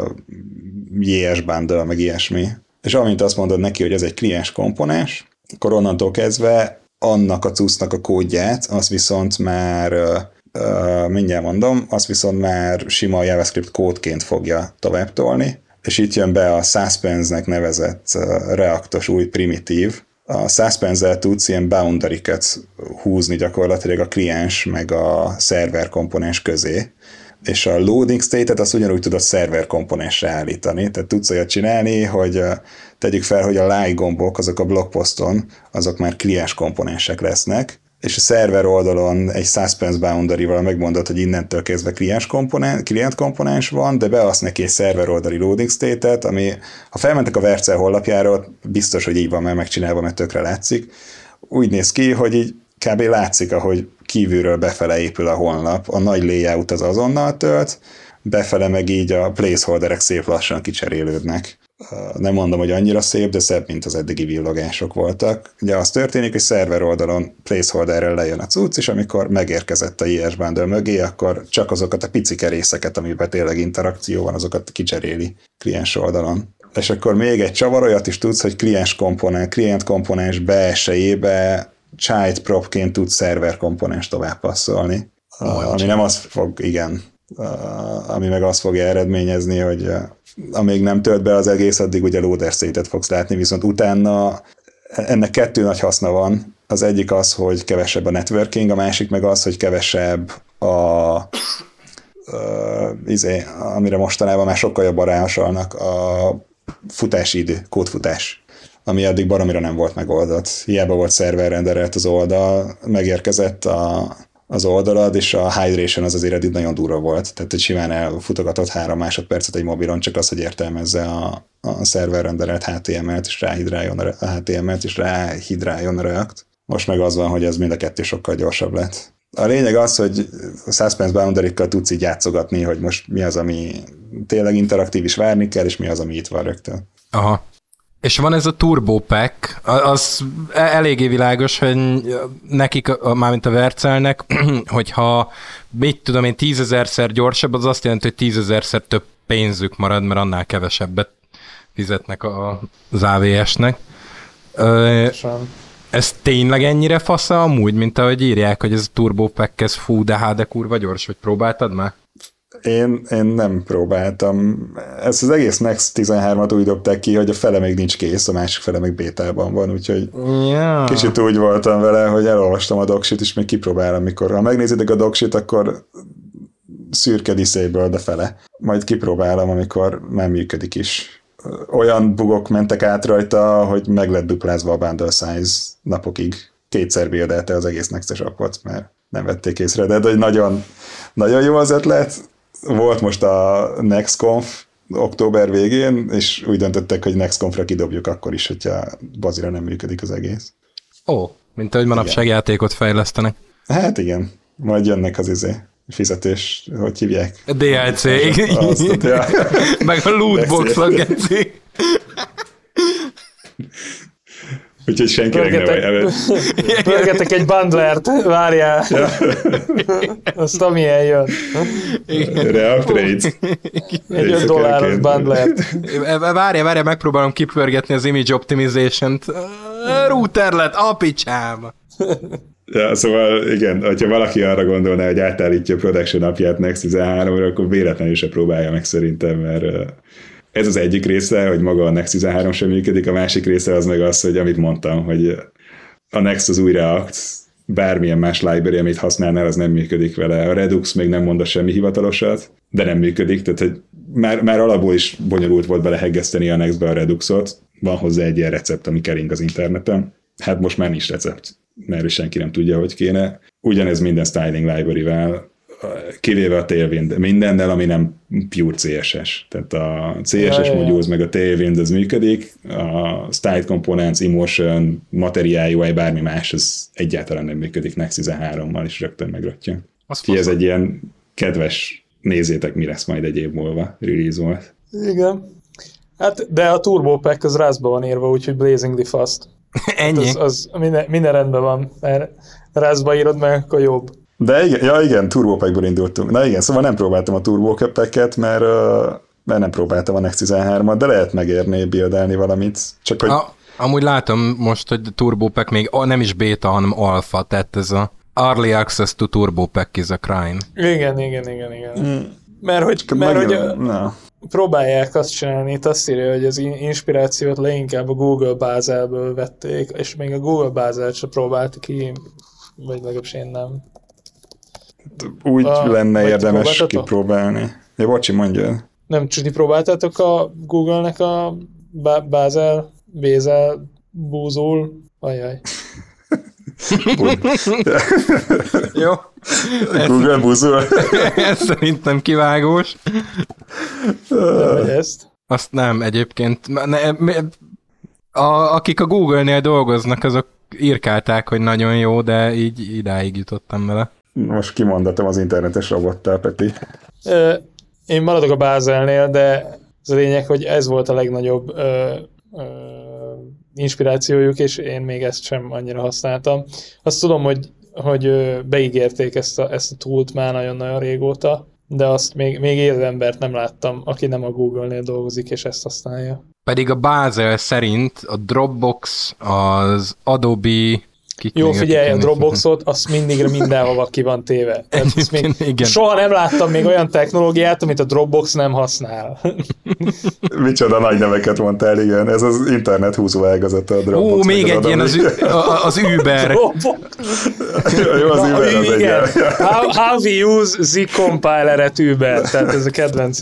JS bundle, meg ilyesmi. És amint azt mondod neki, hogy ez egy kliens komponens, akkor onnantól kezdve annak a cuccnak a kódját, azt viszont már, mindjárt mondom, azt viszont már sima JavaScript kódként fogja tovább tolni, és itt jön be a suspense-nek nevezett reaktos új primitív. A suspense-zel tudsz ilyen boundary-ket húzni gyakorlatilag a kliens meg a szerver komponens közé, és a loading state-et azt ugyanúgy tudod szerver komponensre állítani, tehát tudsz olyat csinálni, hogy tegyük fel, hogy a like gombok, azok a blogposzton, azok már kliens komponensek lesznek, és a szerver oldalon egy suspense boundary-val megmondod, hogy innentől kezdve klient komponens van, de beadsz neki egy szerver oldali loading state-et, ami ha felmentek a Vercel honlapjáról, biztos, hogy így van már megcsinálva, mert tökre látszik. Úgy néz ki, hogy így kb. Látszik, ahogy kívülről befele épül a honlap, a nagy layout az azonnal tölt, befele meg így a placeholderek szép lassan kicserélődnek. Nem mondom, hogy annyira szép, de szebb, mint az eddigi villogások voltak. Ugye az történik, hogy szerver oldalon placeholderrel lejön a cucc, és amikor megérkezett a JS bundle mögé, akkor csak azokat a picike részeket, amiben tényleg interakció van, azokat kicseréli kliens oldalon. És akkor még egy csavar, olyat is tudsz, hogy klient komponens belsejébe child propként tudsz szerver komponens tovább passzolni. Ami nem az fog, ami meg azt fogja eredményezni, hogy amíg nem tölt be az egész, addig ugye loader state-et fogsz látni, viszont utána ennek kettő nagy haszna van. Az egyik az, hogy kevesebb a networking, a másik meg az, hogy kevesebb amire mostanában már sokkal jobban ráhasalnak a futási idő, kódfutás, ami addig baromira nem volt megoldott. Hiába volt szerver renderelt az oldal, megérkezett az oldalad, és a hydration az azért eddig nagyon durva volt. Tehát, hogy simán elfutogatott 3 másodpercet egy mobilon, csak az, hogy értelmezze a szerver renderelt HTML-t, és ráhidráljon a HTML-t, és ráhidráljon a React. Most meg az van, hogy ez mind a kettő sokkal gyorsabb lett. A lényeg az, hogy suspense boundary-kkal tudsz így játszogatni, hogy most mi az, ami tényleg interaktív is várni kell, és mi az, ami itt van rögtön. Aha. És van ez a Turbo Pack, az eléggé világos, hogy nekik, mármint a Vercelnek, hogyha mit tudom én 10 000-szer gyorsabb, az azt jelenti, hogy 10 000-szer több pénzük marad, mert annál kevesebbet fizetnek az AVS-nek. Ez tényleg ennyire fasza amúgy, mint ahogy írják, hogy ez a Turbo Pack, ez fú, de kurva gyors, hogy próbáltad már? Én nem próbáltam. Ezt az egész Next 13-at úgy dobták ki, hogy a fele még nincs kész, a másik fele még bétában van, úgyhogy kicsit úgy voltam vele, hogy elolvastam a docsit, és még kipróbálom, mikor. Ha megnézitek a docsit, akkor szürke disable a fele. Majd kipróbálom, amikor már működik is. Olyan bugok mentek át rajta, hogy meg lett duplázva a bundle size napokig. 2-szer buildelte az egész Next-es appot, mert nem vették észre, de hogy nagyon, nagyon jó az ötlet. Volt most a NextConf október végén, és úgy döntöttek, hogy NextConfra kidobjuk akkor is, hogyha bazira nem működik az egész. Mint ahogy manapság játékot fejlesztenek. Hát igen, majd jönnek az fizetés, hogy hívják? A DLC. Meg a lootbox-ok. Úgyhogy senkinek ne vagy. Pörgetek egy bundlert, várjál. Ja. Azt amilyen jön. React Rates. Egy $5 bundlert. Várjál, megpróbálom kipörgetni az image optimization-t. Routerlet, a picsába. Ja, szóval igen, hogyha valaki arra gondolná, hogy átállítja a production appját Next 13-ra, akkor véletlenül se próbálja meg szerintem, mert ez az egyik része, hogy maga a Next 13 sem működik, a másik része az meg az, hogy amit mondtam, hogy a Next az új React, bármilyen más library, amit használnál, az nem működik vele. A Redux még nem mond semmi hivatalosat, de nem működik, tehát hogy már alapból is bonyolult volt beleheggeszteni a Nextbe a Reduxot, van hozzá egy ilyen recept, ami kering az interneten. Hát most már nincs recept, mert senki nem tudja, hogy kéne. Ugyanez minden styling library-vel, kivéve a Tailwind, mindennel, ami nem pure CSS. Tehát a CSS modules meg a Tailwind az működik, a Styled Components, Emotion, Material UI, bármi más, az egyáltalán nem működik Next 13-mal, és rögtön megröttjön. Ez egy ilyen kedves, nézzétek, mi lesz majd egy év múlva, release volt. Igen. Hát, de a Turbo Pack az Rustba van írva, úgyhogy blazingly fast. Ennyi? Hát az minden rendben van, mert Rustba írod meg, akkor jobb. De igen, Turbo Packból indultunk. Na igen, szóval nem próbáltam a Turbo Packet, mert nem próbáltam a Next 13-at, de lehet megérni buildelni valamit. Csak hogy... Amúgy látom most, hogy Turbo Pack még nem is beta, hanem alpha, tehát ez a Early Access to Turbo Pack is a crime. Igen. Mert hogy próbálják azt csinálni, itt azt írja, hogy az inspirációt leginkább a Google Bazelből vették, és még a Google Bazelt se próbálta ki, vagy legalábbis én nem. Úgy lenne érdemes kipróbálni. Ja, bocsi, mondja. Nem, csak ti próbáltátok a Google-nek a Bézel, Búzul, ajaj. Jó. Google Búzul. Ez szerintem kivágós. Nem, ezt. Azt nem, egyébként. Akik a Google-nél dolgoznak, azok írkálták, hogy nagyon jó, de így idáig jutottam vele. Most kimondatom az internetes robottal, Peti. Én maradok a Bazelnél, de az a lényeg, hogy ez volt a legnagyobb inspirációjuk, és én még ezt sem annyira használtam. Azt tudom, hogy beígérték ezt a toolt már nagyon-nagyon régóta, de azt még élő embert nem láttam, aki nem a Google-nél dolgozik, és ezt használja. Pedig a Bazel szerint a Dropbox, az Adobe... Jó, figyelj, a Dropboxot, azt mindig mindenhova ki van téve. Igen. Soha nem láttam még olyan technológiát, amit a Dropbox nem használ. Micsoda nagy neveket mondtál, igen. Ez az internet húzó ágazata a Dropbox. Még egy ilyen az Uber. Jó, az Uber az igen. How we use the compiler-et Uber. Tehát ez a kedvenc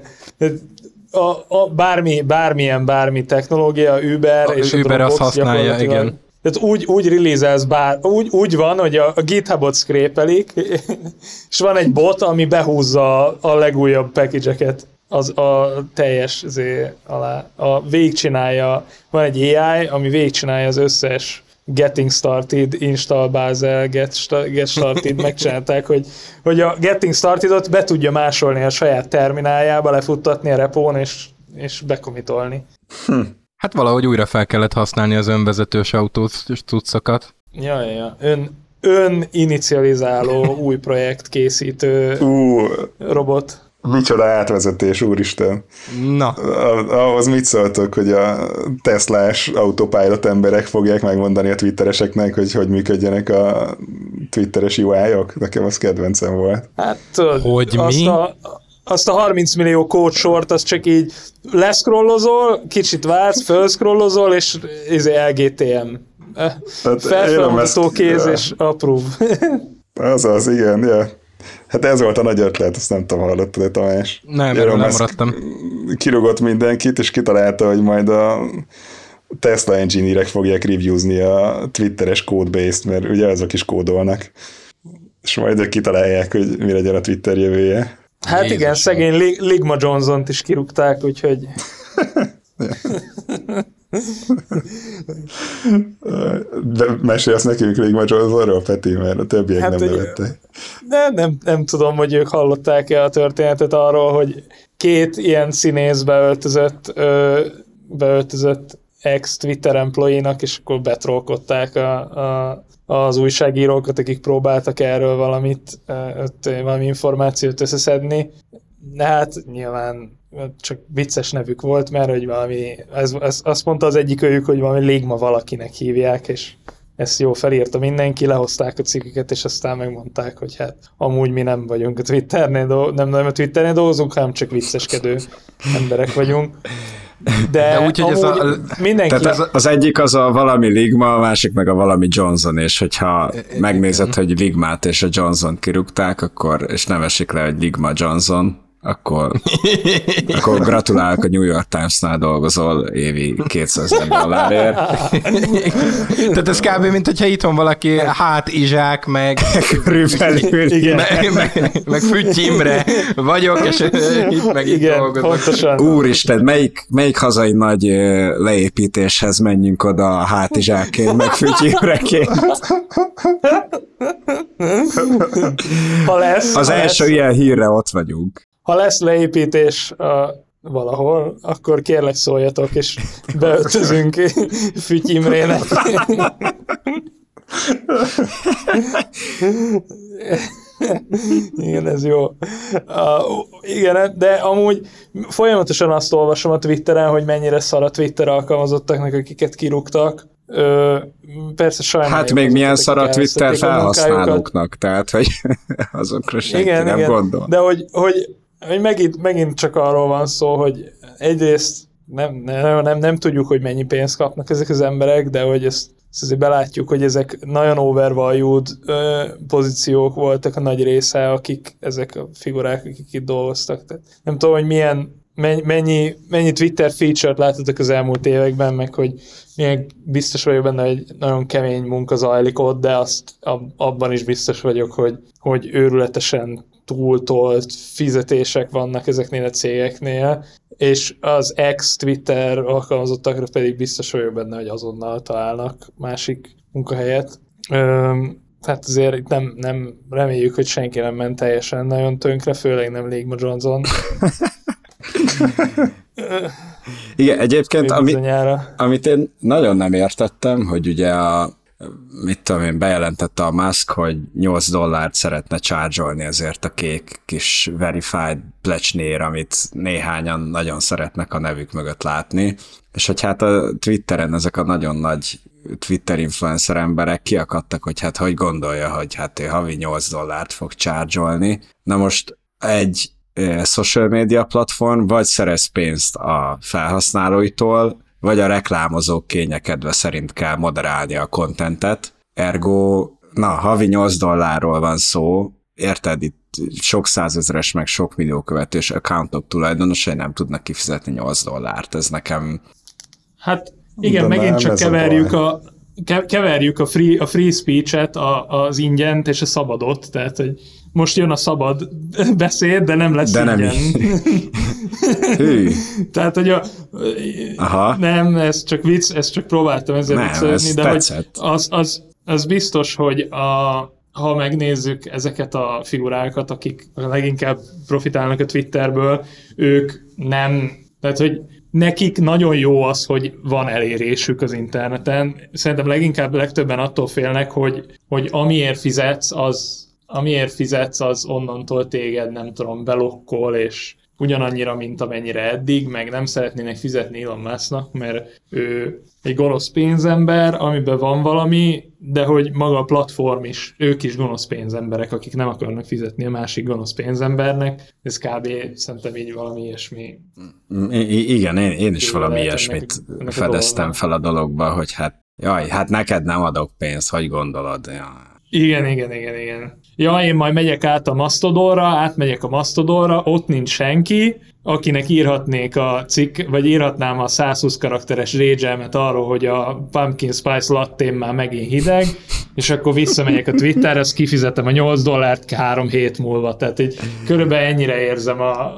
bármi technológia, Uber és a Uber Dropbox azt használja, igen. Tehát úgy release-elsz úgy van, hogy a GitHubot scrape-elik, és van egy bot, ami behúzza a legújabb package-eket a teljes alá. Végigcsinálja, van egy AI, ami végigcsinálja az összes Getting Started, Install Basel, Get Started megcsinálták, hogy a Getting Started-ot be tudja másolni a saját termináljába, lefuttatni a repón, és bekomitolni. Hát valahogy újra fel kellett használni az önvezetős autós cuccokat. Ja. Ön-inicializáló új projekt készítő robot. Micsoda átvezetés, úristen. Na. Ahhoz mit szóltok, hogy a Teslás autopilot emberek fogják megmondani a twittereseknek, hogy működjenek a twitteres UI-ok? Nekem az kedvencem volt. Hát hogy azt a 30 millió kódsort, azt csak így leszkrollozol, kicsit vársz, felszkrollozol, és LGTM. Felfelmutató kéz és approve. Az, igen, ja. Hát ez volt a nagy ötlet, azt nem tudom, hallottad, Tamás. Nem, erről nem maradtam. Kirúgott mindenkit, és kitalálta, hogy majd a Tesla engineerek fogják reviewzni a twitteres codebase-t, mert ugye azok is kódolnak. És majd ők kitalálják, hogy mi legyen a Twitter jövője. Hát Jézus, igen, szegény Ligma Johnson-t is kirúgták, úgyhogy... De mesélsz nekünk Ligma Johnsonról, Peti, mert a többiek hát, nem nevettek. Nem tudom, hogy ők hallották-e a történetet arról, hogy két ilyen színész beöltözött ex-Twitter employee-nak, és akkor betrolkodták az újságírókat, akik próbáltak erről valami információt összeszedni. De hát nyilván csak vicces nevük volt, mert hogy valami, azt mondta az egyik őjük, hogy valami Ligma valakinek hívják, és ezt jó felírta mindenki, lehozták a cikkeket, és aztán megmondták, hogy hát amúgy mi nem vagyunk a Twitternél, nem a Twitternél dolgozunk, hanem csak vicceskedő emberek vagyunk. De úgy, hogy mindenki... Tehát az egyik az a valami Ligma, a másik meg a valami Johnson, és hogyha megnézed, hogy Ligmát és a Johnson kirúgták, akkor, és nem esik le, hogy Ligma Johnson, akkor gratulálok, a New York Times-nál dolgozol évi $200,000. Tehát ez kb. Mint hogyha itthon valaki hátizsák, meg meg Fütty Imre vagyok, és itt meg itt dolgozok. Pontosan. Úristen, melyik hazai nagy leépítéshez menjünk oda hátizsákként, meg Fütty Imreként? Az első ilyen hírre ott vagyunk. Ha lesz leépítés valahol, akkor kérlek szóljatok, és beöltözünk Fütty Imrének. Igen, ez jó. Igen, de amúgy folyamatosan azt olvasom a Twitteren, hogy mennyire szar a Twitter alkalmazottaknak, akiket kirúgtak. Persze sajnáljuk. Hát még milyen szar a Twitter felhasználóknak, tehát hogy azokra senki nem gondol. De hogy megint csak arról van szó, hogy egyrészt nem tudjuk, hogy mennyi pénzt kapnak ezek az emberek, de hogy ezt azért belátjuk, hogy ezek nagyon overvalued pozíciók voltak a nagy része, akik ezek a figurák, akik itt dolgoztak. Tehát nem tudom, hogy mennyi Twitter feature-t láttatok az elmúlt években, meg hogy milyen biztos vagyok benne, hogy nagyon kemény munka zajlik ott, de abban is biztos vagyok, hogy őrületesen túltolt fizetések vannak ezeknél a cégeknél, és az ex-Twitter alkalmazottakra pedig biztos vagyok benne, hogy azonnal találnak másik munkahelyet. Hát azért itt nem reméljük, hogy senki nem ment teljesen nagyon tönkre, főleg nem Ligma Johnson. Igen, egyébként amit én nagyon nem értettem, hogy ugye bejelentette a Musk, hogy $8 szeretne charge-olni ezért a kék kis verified pledge-nér, amit néhányan nagyon szeretnek a nevük mögött látni, és hogy hát a Twitteren ezek a nagyon nagy Twitter influencer emberek kiakadtak, hogy hát hogy gondolja, hogy hát ő havi $8 fog charge-olni. Na most egy social media platform vagy szerez pénzt a felhasználóitól, vagy a reklámozók kényekedve szerint kell moderálni a contentet. Ergo, havi $8 van szó, érted, itt sok százezeres, meg sok millió követős accountok tulajdonosai nem tudnak kifizetni $8. Ez nekem... Hát igen, megint csak keverjük keverjük a free speech-et, az ingyent és a szabadot, tehát, hogy most jön a szabad beszéd, de nem lesz ingyen. Tehát, hogy nem, ez csak vicc, ezt csak próbáltam ezzel viccelni, de hogy az biztos, hogy ha megnézzük ezeket a figurákat, akik leginkább profitálnak a Twitterből, ők nem, tehát, hogy nekik nagyon jó az, hogy van elérésük az interneten. Szerintem legtöbben attól félnek, hogy amiért fizetsz, az onnantól téged, nem tudom, belokkol, és ugyanannyira, mint amennyire eddig, meg nem szeretnének fizetni Elon Musknak, mert ő egy gonosz pénzember, amiben van valami, de hogy maga a platform is, ők is gonosz pénzemberek, akik nem akarnak fizetni a másik gonosz pénzembernek. Ez kb. Szerintem így valami ilyesmi. Igen, én is valami ilyesmit fedeztem fel a dologba, hogy hát neked nem adok pénzt, hogy gondolod? Ja. Igen. Ja, én majd megyek átmegyek a Mastodonra, ott nincs senki, akinek írhatnék a cikk, vagy írhatnám a 120 karakteres rage-elmet arról, hogy a Pumpkin Spice Lattém már megint hideg, és akkor visszamegyek a Twitterre, azt kifizetem a $8 3 hét múlva. Tehát így körülbelül ennyire érzem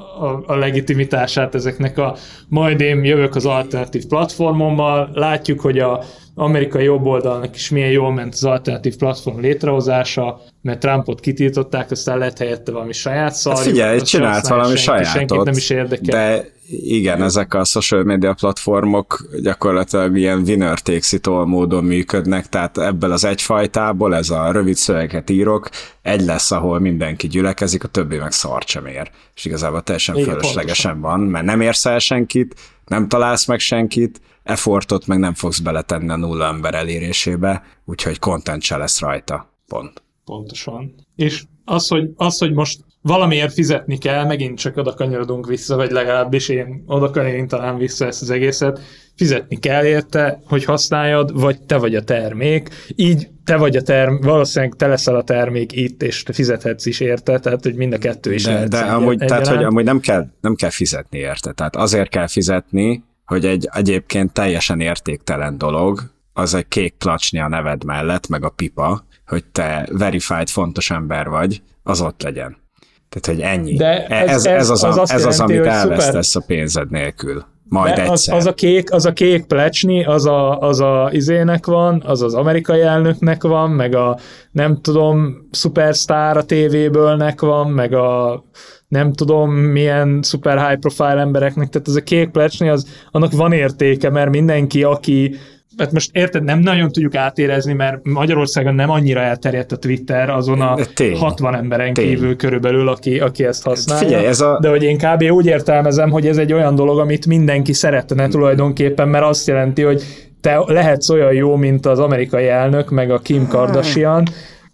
a legitimitását ezeknek majd én jövök az alternatív platformommal, látjuk, hogy a amerikai jobboldalnak is milyen jól ment az alternatív platform létrehozása, mert Trumpot kitiltották, aztán lett helyette valami saját szarjuk. Hát figyelj, csinált valami sajátot, nem is érdekel. De igen, ezek a social media platformok gyakorlatilag ilyen winner takes it all módon működnek, tehát ebből az egyfajtából, ez a rövid szöveget írok, egy lesz, ahol mindenki gyülekezik, a többi meg szart sem ér. És igazából teljesen fölöslegesen van, mert nem érsz el senkit, nem találsz meg senkit, effortot meg nem fogsz beletenni a 0 ember elérésébe, úgyhogy content se lesz rajta. Pont. Pontosan. És az, hogy most valamiért fizetni kell, megint csak oda kanyarodunk vissza, vagy legalábbis én oda kanyarodom vissza ezt az egészet, fizetni kell érte, hogy használjad, vagy te vagy a termék. Így te vagy valószínűleg te leszel a termék itt, és te fizethetsz is érte, tehát hogy mind a kettő is lehet. De amúgy, tehát, hogy amúgy nem kell fizetni érte. Tehát azért kell fizetni, hogy egy egyébként teljesen értéktelen dolog, az egy kék placsni a neved mellett, meg a pipa, hogy te verified fontos ember vagy, az ott legyen. Tehát, hogy ennyi. De ez az, amit elvesztesz a pénzed nélkül. Majd egyszer. Az a kék plecsni, az a izének van, az az amerikai elnöknek van, meg a nem tudom, szupersztár a tévébőlnek van, meg a nem tudom milyen szuper high profile embereknek, tehát az a kék plecsni, annak van értéke, mert mindenki, aki hát most érted, nem nagyon tudjuk átérezni, mert Magyarországon nem annyira elterjedt a Twitter azon a 60 emberen kívül körülbelül, aki ezt használja. Figyelj, de hogy én kb. Úgy értelmezem, hogy ez egy olyan dolog, amit mindenki szeretne tulajdonképpen, mert azt jelenti, hogy te lehetsz olyan jó, mint az amerikai elnök, meg a Kim Kardashian,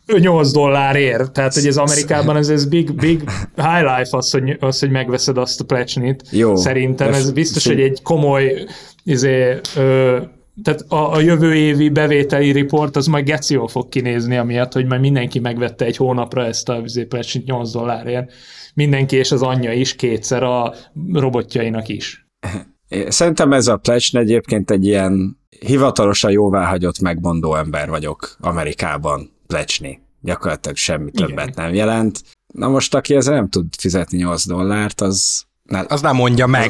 $8 tehát hogy ez Amerikában ez big high life az, hogy megveszed azt a plecsnit. Jó, szerintem ez biztos, hogy egy komoly tehát a jövő évi bevételi report az majd geciól fog kinézni, amiatt, hogy majd mindenki megvette egy hónapra ezt a plecsnit $8. Mindenki és az anyja is, kétszer a robotjainak is. Szerintem ez a plecsni egyébként egy ilyen hivatalosan jóváhagyott megmondó ember vagyok Amerikában. Plecsni. Gyakorlatilag semmi többet nem jelent. Na most, aki ezzel nem tud fizetni $8, az nem mondja meg.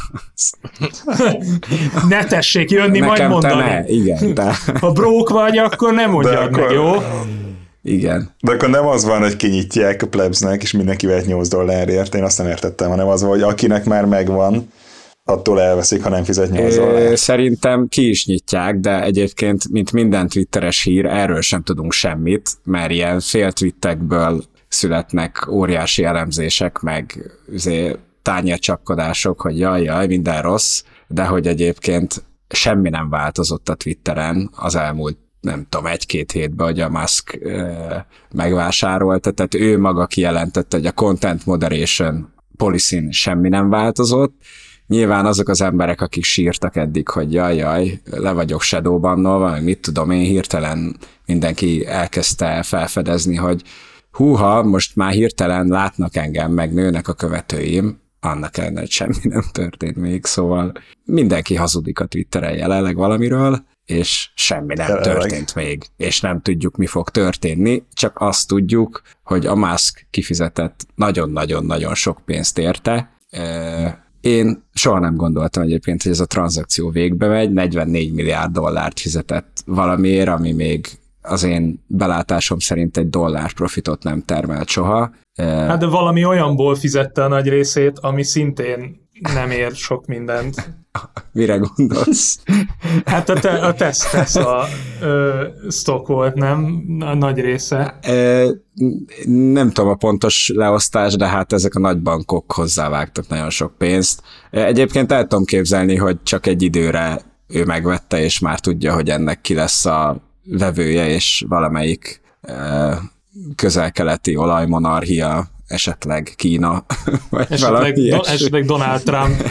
Ne tessék jönni, nekem majd mondani. Igen, ha brók vagy, akkor nem mondjad meg, jó? Igen. De akkor nem az van, hogy kinyitják a plebsnek, és mindenki vehet $8, én azt nem értettem, hanem az van, hogy akinek már megvan, attól elveszik, ha nem fizet $8. Szerintem ki is nyitják, de egyébként, mint minden twitteres hír, erről sem tudunk semmit, mert ilyen féltwittekből születnek óriási elemzések, meg tányércsapkodások, hogy jaj, minden rossz, de hogy egyébként semmi nem változott a Twitteren az elmúlt, nem tudom, 1-2 hétben, hogy a Musk megvásárolta, tehát ő maga kijelentette, hogy a content moderation policy-n semmi nem változott. Nyilván azok az emberek, akik sírtak eddig, hogy jaj, le vagyok shadowbannolva, vagy mit tudom én, hirtelen mindenki elkezdte felfedezni, hogy húha, most már hirtelen látnak engem, meg nőnek a követőim, annak ellenére semmi nem történt még, szóval mindenki hazudik a Twitteren jelenleg valamiről, és semmi nem történt még, és nem tudjuk, mi fog történni, csak azt tudjuk, hogy a Musk kifizetett nagyon-nagyon-nagyon sok pénzt érte. Én soha nem gondoltam egyébként, hogy ez a tranzakció végbe megy, 44 milliárd dollárt fizetett valamiért, ami még az én belátásom szerint egy dollár profitot nem termelt soha. Hát de valami olyanból fizette a nagy részét, ami szintén nem ér sok mindent. Mire gondolsz? Hát a Tesla stock volt, nem? A nagy része. Nem tudom a pontos leosztás, de hát ezek a nagy bankok hozzávágtak nagyon sok pénzt. Egyébként el tudom képzelni, hogy csak egy időre ő megvette, és már tudja, hogy ennek ki lesz a vevője, és valamelyik közel-keleti olajmonarchia, esetleg Kína, vagy esetleg Donald Trump.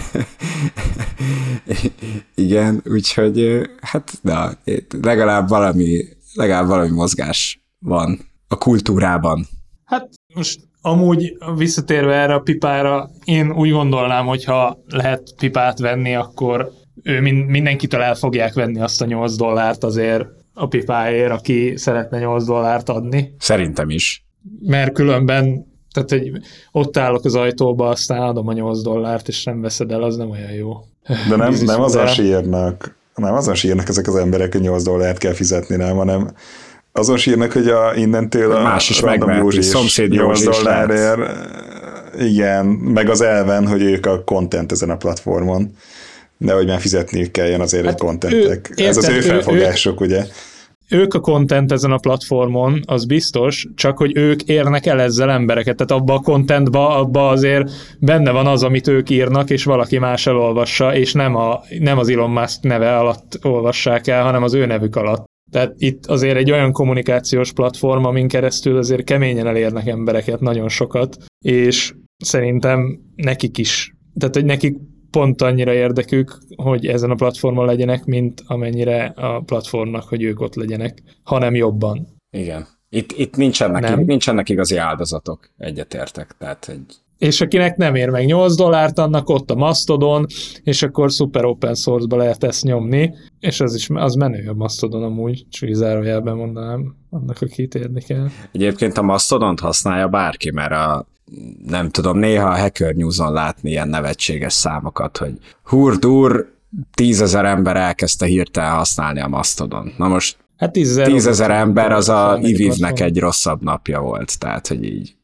Igen, úgyhogy hát legalább valami mozgás van a kultúrában. Hát most amúgy visszatérve erre a pipára, én úgy gondolnám, hogy ha lehet pipát venni, akkor ő mindenkitől el fogják venni azt a $8 azért a pipáért, aki szeretne $8 adni. Szerintem is. Mert különben, tehát hogy ott állok az ajtóba, aztán adom a $8, és nem veszed el, az nem olyan jó. De nem azon sírnak ezek az emberek, hogy $8 kell fizetni, nem, hanem azon sírnak, hogy innentől a más is random Józsi szomszéd Józsi $8, igen, meg az elven, hogy ők a content ezen a platformon, de hogy már fizetniük kelljen azért egy contentek. Ez az ő felfogások, ugye? Ők a content ezen a platformon, az biztos, csak hogy ők érnek el ezzel embereket, tehát abba a contentba, abba azért benne van az, amit ők írnak, és valaki más elolvassa, és nem az Elon Musk neve alatt olvassák el, hanem az ő nevük alatt. Tehát itt azért egy olyan kommunikációs platform, amin keresztül azért keményen elérnek embereket, nagyon sokat, és szerintem nekik is, tehát hogy nekik pont annyira érdekük, hogy ezen a platformon legyenek, mint amennyire a platformnak, hogy ők ott legyenek, hanem jobban. Igen. Itt nincsenek igazi áldozatok, egyetértek. Tehát, hogy... És akinek nem ér meg $8, annak ott a Mastodon, és akkor szuper open source-ba lehet ezt nyomni, és az menő a Mastodon amúgy, csak zárójelben mondanám annak, akit érni kell. Egyébként a Mastodont használja bárki, mert nem tudom, néha a Hacker News-on látni ilyen nevetséges számokat, hogy hurdur, 10 000 ember elkezdte hirtelen használni a Mastodon. Na most hát 10 000 ember az a IVIV-nek egy rosszabb napja volt, tehát, hogy így.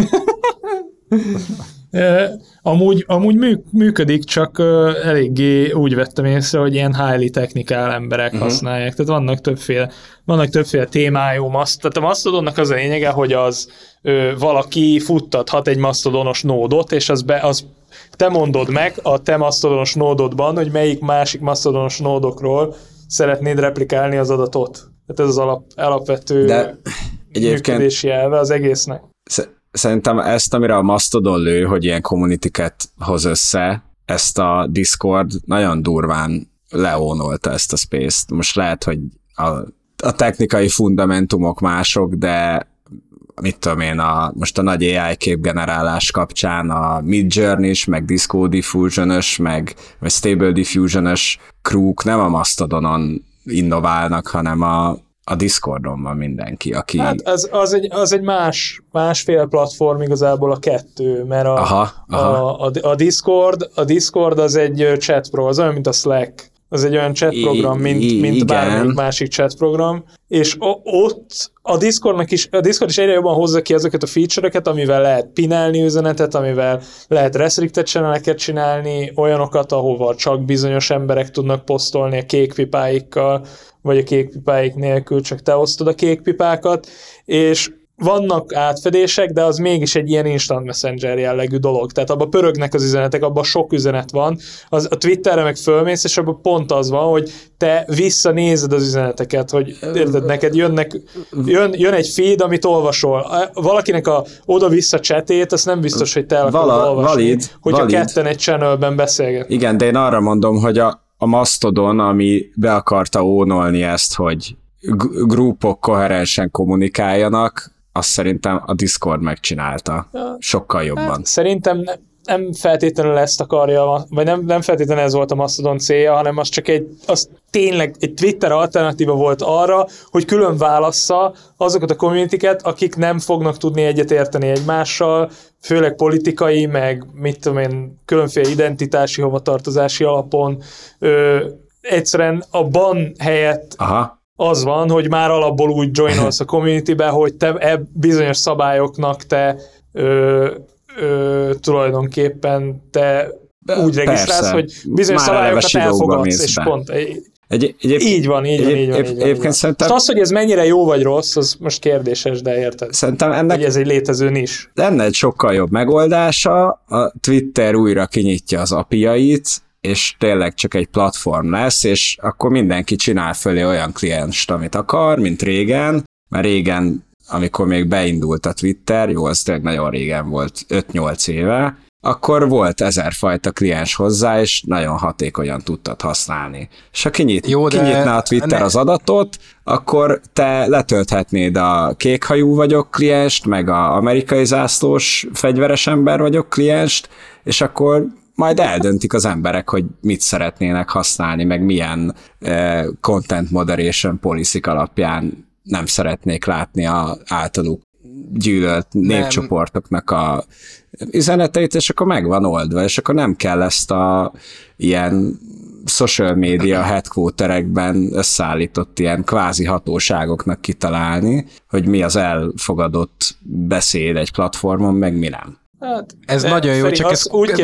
Amúgy működik, csak eléggé úgy vettem észre, hogy ilyen highly technical emberek használják, tehát vannak többféle témájú tehát a Mastodonnak az a lényege, hogy valaki futtathat egy Mastodonos nódot, és te mondod meg a te Mastodonos nódodban, hogy melyik másik Mastodonos nódokról szeretnéd replikálni az adatot. Tehát ez az alapvető működési elve az egésznek. Szerintem ezt, amire a Mastodon lő, hogy ilyen community-ket hoz össze, ezt a Discord nagyon durván leónolta ezt a space-t. Most lehet, hogy a technikai fundamentumok mások, de mit tudom én, most a nagy AI képgenerálás kapcsán a Midjourney-s, meg Disco Diffusion-ös, vagy Stable Diffusion-ös crew-k nem a Mastodonon innoválnak, hanem a Discordon van mindenki, aki... Hát az egy másfél platform igazából a kettő, mert a Discord az egy chat program, az olyan, mint a Slack. Az egy olyan chat program, mint bármelyik másik chat program, és ott a Discord is egyre jobban hozza ki azokat a feature-öket, amivel lehet pinelni üzenetet, amivel lehet restricted channeleket csinálni, olyanokat, ahova csak bizonyos emberek tudnak posztolni a kék pipáikkal, vagy a kék pipáik nélkül, csak te osztod a kék pipákat, és vannak átfedések, de az mégis egy ilyen instant messenger jellegű dolog. Tehát abban pörögnek az üzenetek, abban sok üzenet van. A Twitterre meg fölmész, és abban pont az van, hogy te visszanézed az üzeneteket, hogy érted, neked jön egy feed, amit olvasol. Valakinek oda-vissza chatét, azt nem biztos, hogy te el akarod olvasni, hogyha ketten egy channelben beszélget. Igen, de én arra mondom, hogy a Mastodon, ami be akarta ónolni ezt, hogy grupok koherensen kommunikáljanak, azt szerintem a Discord megcsinálta. Sokkal jobban. Hát, szerintem nem feltétlenül ezt akarja, vagy nem feltétlenül ez volt a Mastodon célja, hanem az tényleg egy Twitter alternatíva volt arra, hogy külön válassza azokat a communityket, akik nem fognak tudni egyetérteni egymással, főleg politikai, meg mit tudom én, különféle identitási, hovatartozási alapon. Egyszerűen a ban helyett az van, hogy már alapból úgy joinolsz a communitybe, hogy te bizonyos szabályoknak te tulajdonképpen te úgy regisztrálsz, hogy bizonyos szabályokat elfogadsz, és pont. Így van. Egyébként szerintem... Az, hogy ez mennyire jó vagy rossz, az most kérdéses, de érted? Szerintem ennek... Hogy ez egy létező nis. Lenne egy sokkal jobb megoldása, a Twitter újra kinyitja az API-jait, és tényleg csak egy platform lesz, és akkor mindenki csinál fölé olyan klienst, amit akar, mint régen, mert régen, amikor még beindult a Twitter, jó, az tényleg nagyon régen volt, 5-8 éve, akkor volt 1000 fajta kliens hozzá, és nagyon hatékonyan tudtad használni. És ha kinyitná a Twitter az adatot, akkor te letölthetnéd a kékhajú vagyok klienst, meg a amerikai zászlós fegyveres ember vagyok klienst, és akkor majd eldöntik az emberek, hogy mit szeretnének használni, meg milyen content moderation policy alapján nem szeretnék látni a általuk gyűlölt népcsoportoknak a üzeneteit, és akkor meg van oldva, és akkor nem kell ezt a ilyen social media headquarterekben összeállított ilyen kvázi hatóságoknak kitalálni, hogy mi az elfogadott beszéd egy platformon, meg mi nem. Hát, ez nagyon jó, csak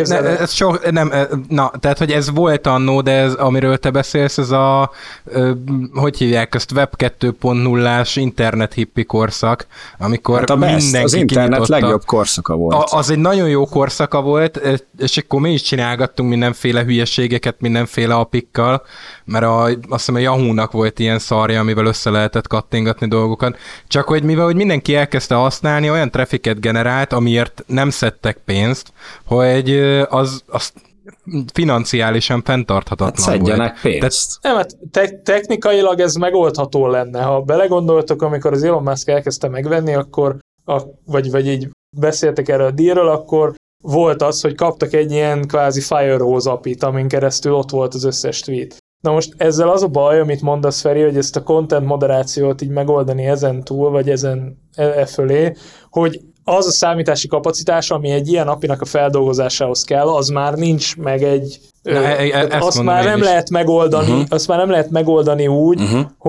tehát, hogy ez volt annó, de ez, amiről te beszélsz, ez a, hogy hívják ezt, Web 2.0-ás internet hippi korszak, amikor hát mindenki az internet legjobb korszaka volt. Az egy nagyon jó korszaka volt, és akkor mi is csinálgattunk mindenféle hülyeségeket, mindenféle apikkal, mert azt hiszem a Yahoo-nak volt ilyen szarja, amivel össze lehetett kattingatni dolgokat, csak hogy mivel hogy mindenki elkezdte használni, olyan trafficet generált, amiért nem szedtek pénzt, hogy az financiálisan fenntarthatatlan hát szedjenek pénzt. Nem, hát technikailag ez megoldható lenne. Ha belegondoltok, amikor az Elon Musk elkezdte megvenni, akkor, vagy így beszéltek erről a díjról, akkor volt az, hogy kaptak egy ilyen kvázi firehose API-t, amin keresztül ott volt az összes tweet. Na most ezzel az a baj, amit mondasz, Feri, hogy ezt a content moderációt így megoldani ezen túl, vagy ezen fölé, hogy az a számítási kapacitás, ami egy ilyen apinak a feldolgozásához kell, az már nincs meg egy... azt már nem lehet megoldani, azt már nem lehet megoldani úgy,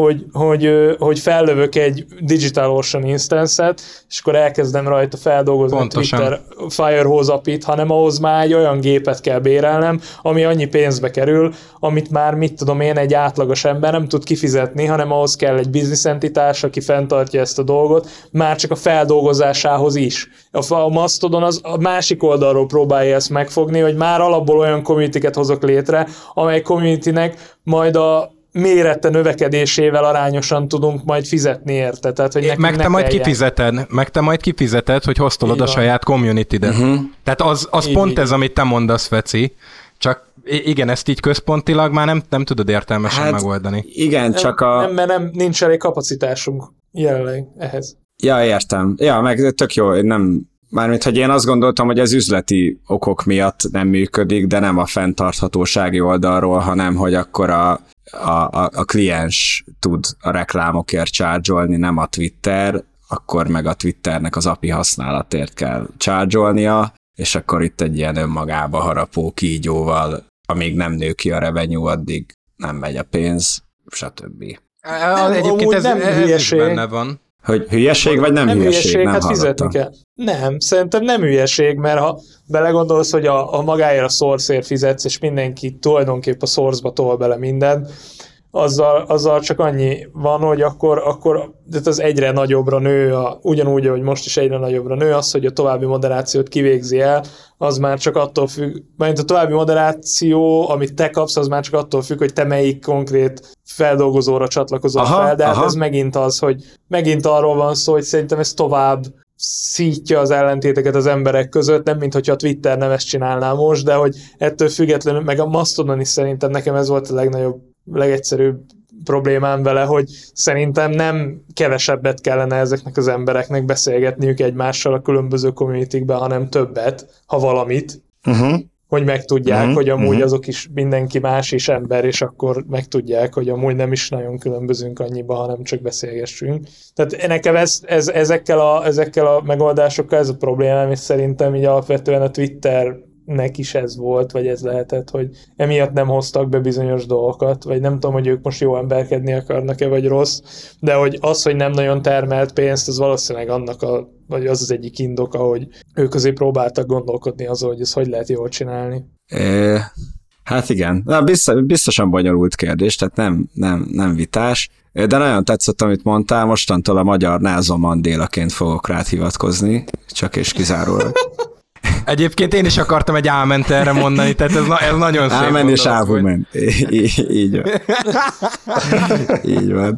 hogy fellövök egy DigitalOcean instance-et, és akkor elkezdem rajta feldolgozni pontosan. Twitter Firehose API-t, hanem ahhoz már egy olyan gépet kell bérelnem, ami annyi pénzbe kerül, amit már, mit tudom én, egy átlagos ember nem tud kifizetni, hanem ahhoz kell egy business entitás, aki fenntartja ezt a dolgot, már csak a feldolgozásához is. A Mastodon az a másik oldalról próbálja ezt megfogni, hogy már alapból olyan community-ket hozok létre, amely community-nek majd a mérete növekedésével arányosan tudunk majd fizetni érte. Tehát, hogy meg te majd kifizeted, hogy hoztolod a saját community-det. Tehát az így, pont így. Ez, amit te mondasz, Feci. Csak igen, ezt így központilag már nem tudod értelmesen megoldani. Igen, csak mert nincs elég kapacitásunk jelenleg ehhez. Ja, értem. Ja, meg tök jó, mármint, hogy én azt gondoltam, hogy az üzleti okok miatt nem működik, de nem a fenntarthatósági oldalról, hanem hogy akkor a kliens tud a reklámokért charge-olni, nem a Twitter, akkor meg a Twitternek az API használatért kell charge-olnia, és akkor itt egy ilyen önmagába harapó kígyóval, amíg nem nő ki a revenue, addig nem megy a pénz, stb. Egyébként ez benne van. Hogy hülyeség, vagy nem hülyeség? Nem hát fizetni kell. Nem, szerintem nem hülyeség, mert ha belegondolsz, hogy a magáért a source-ért fizetsz, és mindenki tulajdonképp a source-ba tol bele mindent, azzal csak annyi van, hogy akkor az egyre nagyobbra nő, ugyanúgy, ahogy most is egyre nagyobbra nő, az, hogy a további moderációt kivégzi el, az már csak attól függ, mert a további moderáció, amit te kapsz, az már csak attól függ, hogy te melyik konkrét feldolgozóra csatlakozol fel, de hát ez megint az, hogy megint arról van szó, hogy szerintem ez tovább szítja az ellentéteket az emberek között, nem mint hogyha a Twitter nem ezt csinálná most, de hogy ettől függetlenül, meg a Mastodon is szerintem nekem ez volt a legegyszerűbb problémám vele, hogy szerintem nem kevesebbet kellene ezeknek az embereknek beszélgetniük egymással a különböző community-kben, hanem többet, ha valamit. hogy megtudják, hogy amúgy azok is mindenki más is ember, és akkor megtudják, hogy amúgy nem is nagyon különbözünk annyiba, hanem csak beszélgessünk. Tehát nekem ezekkel a megoldásokkal ez a problémám, és szerintem így alapvetően a Twitternek is ez volt, vagy ez lehetett, hogy emiatt nem hoztak be bizonyos dolgokat, vagy nem tudom, hogy ők most jó emberkedni akarnak-e, vagy rossz, de hogy az, hogy nem nagyon termelt pénzt, az valószínűleg vagy az az egyik indoka, hogy ők azért próbáltak gondolkodni azon, hogy ezt hogy lehet jól csinálni. Hát igen, biztosan bonyolult kérdés, tehát nem vitás, de nagyon tetszett, amit mondtál, mostantól a magyar Nelson Mandélaként fogok rád hivatkozni, csak és kizárólag. Egyébként én is akartam egy áment erre mondani, tehát ez nagyon szép. Ámen és ávumen. Így van. Így van.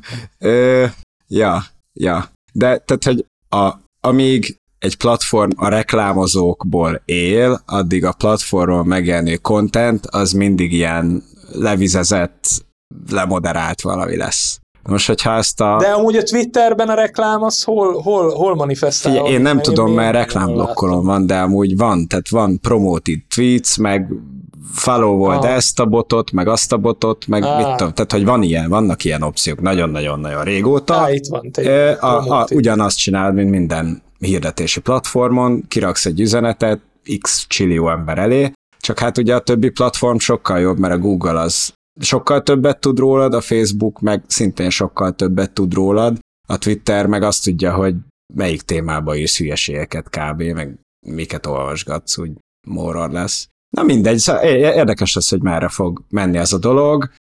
Ja. De tehát, hogy amíg egy platform a reklámozókból él, addig a platformon megjelenő content az mindig ilyen levizezett, lemoderált valami lesz. Most, hogyha ezt De amúgy a Twitterben a reklám az hol manifestál? Figyelj, én nem tudom, mert reklámblokkolom van, de amúgy van, tehát van promoted tweets, meg follow-old ezt a botot, meg azt a botot, meg mit tudom, tehát hogy vannak ilyen opciók nagyon-nagyon-nagyon régóta. Itt van. Ugyanazt csinálod, mint minden hirdetési platformon, kiraksz egy üzenetet x csillió ember elé, csak hát ugye a többi platform sokkal jobb, mert a Google az sokkal többet tud rólad, a Facebook meg szintén sokkal többet tud rólad, a Twitter meg azt tudja, hogy melyik témába írsz hülyeségeket kb., meg miket olvasgatsz, úgy more lesz. Na mindegy, érdekes lesz, hogy merre fog menni ez a dolog,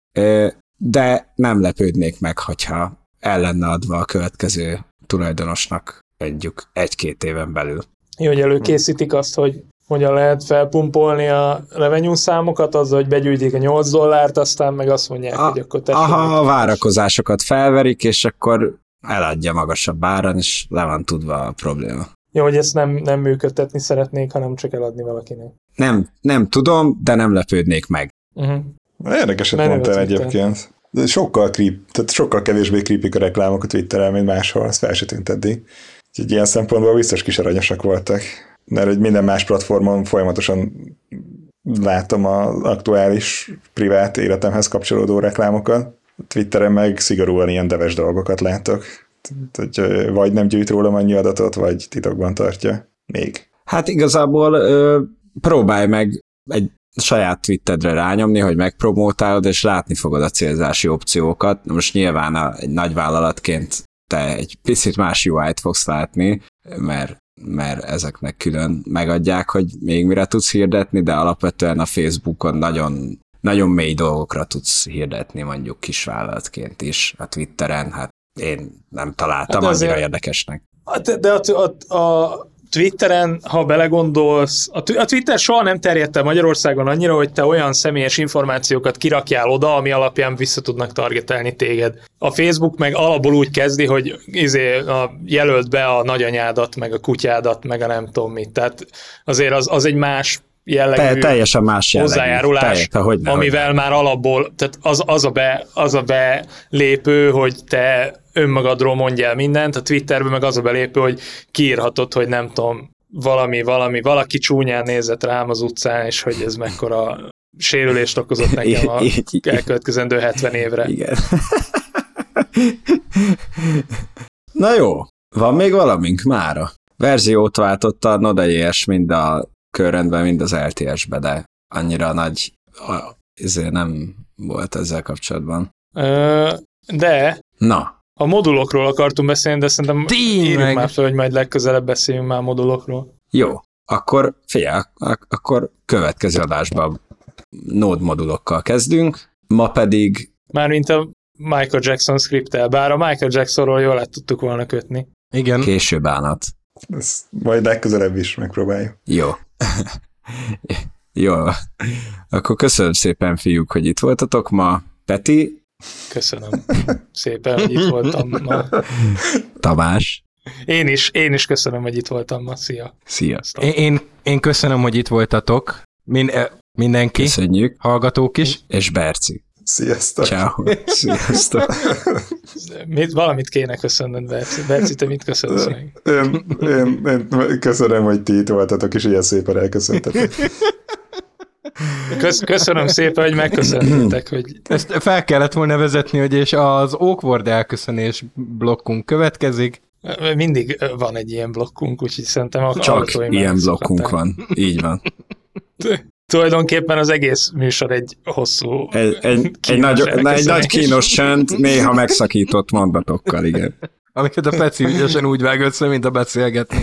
de nem lepődnék meg, hogyha el lenne adva a következő tulajdonosnak mondjuk 1-2 éven belül. Jó, hogy előkészítik azt, hogy hogyan lehet felpumpolni a revenue számokat, azzal, hogy begyűjtik a $8, aztán meg azt mondják, hogy akkor a várakozásokat felverik, és akkor eladja magasabb áron, és le van tudva a probléma. Jó, hogy ezt nem működtetni szeretnék, hanem csak eladni valakinek. Nem tudom, de nem lepődnék meg. Érdekeset mondtál egyébként. De sokkal kevésbé creepik a reklámok a Twitteren, mint máshol, ez fel se tűnt eddig. Úgyhogy ilyen szempontból biztos kis aranyosak voltak. Mert hogy minden más platformon folyamatosan látom az aktuális privát életemhez kapcsolódó reklámokat. Twitteren meg szigorúan ilyen deves dolgokat látok. Hogy vagy nem gyűjt rólam annyi adatot, vagy titokban tartja. Még. Hát igazából próbálj meg egy saját Twitterre rányomni, hogy megpromótálod, és látni fogod a célzási opciókat. Most nyilván egy nagy vállalatként te egy picit más UI-t fogsz látni, mert ezeknek külön megadják, hogy még mire tudsz hirdetni, de alapvetően a Facebookon nagyon, nagyon mély dolgokra tudsz hirdetni, mondjuk kisvállalatként is. A Twitteren, hát én nem találtam annyira érdekesnek. De a Twitteren, ha belegondolsz, a Twitter soha nem terjedt el Magyarországon annyira, hogy te olyan személyes információkat kirakjál oda, ami alapján vissza tudnak targetelni téged. A Facebook meg alapból úgy kezdi, hogy jelölt be a nagyanyádat, meg a kutyádat, meg a nem tudom mit. Tehát azért az egy más jellegű teljesen más hozzájárulás, amivel már alapból, tehát az a belépő, hogy te önmagadról mondjál mindent, a Twitterben meg az a belépő, hogy kiírhatod, hogy nem tudom, valaki csúnyán nézett rám az utcán, és hogy ez mekkora sérülést okozott nekem a elkövetkezendő 70 évre. Igen. Na jó, van még valamink mára? Verziót váltott a Node.js mind a körrendben, mind az LTS-be, de annyira nagy ezért nem volt ezzel kapcsolatban. De na. A modulokról akartunk beszélni, de szerintem írjuk már fel, hogy majd legközelebb beszéljünk már modulokról. Jó, akkor figyelj, akkor következő adásban Node modulokkal kezdünk, ma pedig... Mármint a Michael Jackson scripttel, bár a Michael Jacksonról jól át tudtuk volna kötni. Igen. Később állnat. Ezt majd legközelebb is megpróbáljuk. Jó. Jó. Akkor köszönöm szépen, fiúk, hogy itt voltatok ma. Peti? Köszönöm szépen, hogy itt voltam ma. Tamás? Én is köszönöm, hogy itt voltam ma. Szia. Én köszönöm, hogy itt voltatok. Mindenki. Köszönjük. Hallgatók is. És Berci. Sziasztok. Ciao. Sziasztok. Valamit kéne köszönnöd, Berci. Berci, te mit köszönsz meg? Én köszönöm, hogy ti itt voltatok, és ilyen szépen elköszöntetek. Köszönöm szépen, hogy megköszöntétek, hogy... Ezt fel kellett volna vezetni, hogy és az awkward elköszönés blokkunk következik. Mindig van egy ilyen blokkunk, úgyhogy szerintem a csak ilyen blokkunk van, így van. Tulajdonképpen az egész műsor egy hosszú... Egy nagy kínos csönd, néha megszakított mondatokkal, igen. Amiket a Peci ügyesen úgy vág össze, mint a beszélgetni.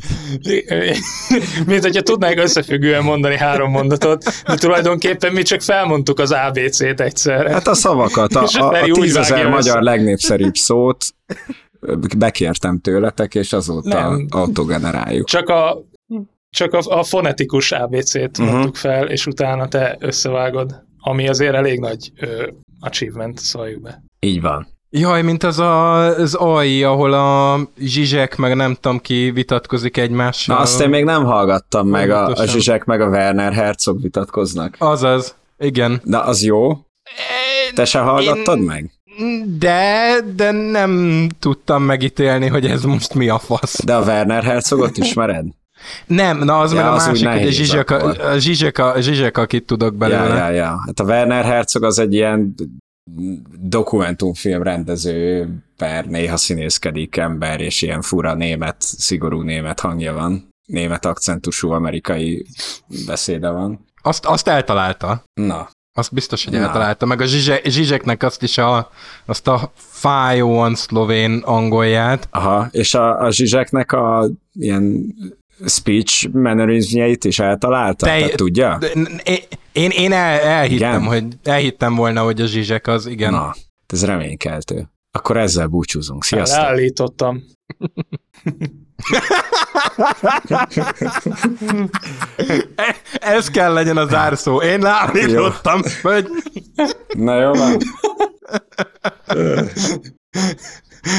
Mint hogyha tudnánk összefüggően mondani 3 mondatot, de tulajdonképpen mi csak felmondtuk az ABC-t egyszerre. Hát a szavakat, a 10 000 magyar legnépszerűbb szót bekértem tőletek, és azóta autogeneráljuk. Csak a fonetikus ABC-t mondtuk fel, és utána te összevágod, ami azért elég nagy achievement, szóljuk be. Így van. Jaj, mint az AI, ahol a Zsizsek, meg nem tudom ki vitatkozik egymással. Na azt én még nem hallgattam meg, a Zsizsek meg a Werner Herzog vitatkoznak. Azaz, igen. De az jó? Te se hallgattad meg? De nem tudtam megítélni, hogy ez most mi a fasz. De a Werner Herzogot ismered? Nem, na az meg a másik, hogy a Zsizsek, akit tudok belőle. Ja. Hát a Werner Herzog az egy ilyen dokumentumfilm rendező, per néha színészkedik ember, és ilyen fura szigorú német hangja van. Német akcentusú amerikai beszéde van. Azt eltalálta. Na. Azt biztos, hogy eltalálta. Meg a Zsizseknek azt is azt a fájóan szlovén angolját. Aha, és a Zsizseknek a ilyen speech mannerismjeit is eltalálta? Te tudja? Én elhittem volna, hogy a Zsizsek az, igen. Na, ez reménykeltő. Akkor ezzel búcsúzunk. Sziasztok! Leállítottam. Ez kell legyen a zárszó. Én leállítottam. Na jó van.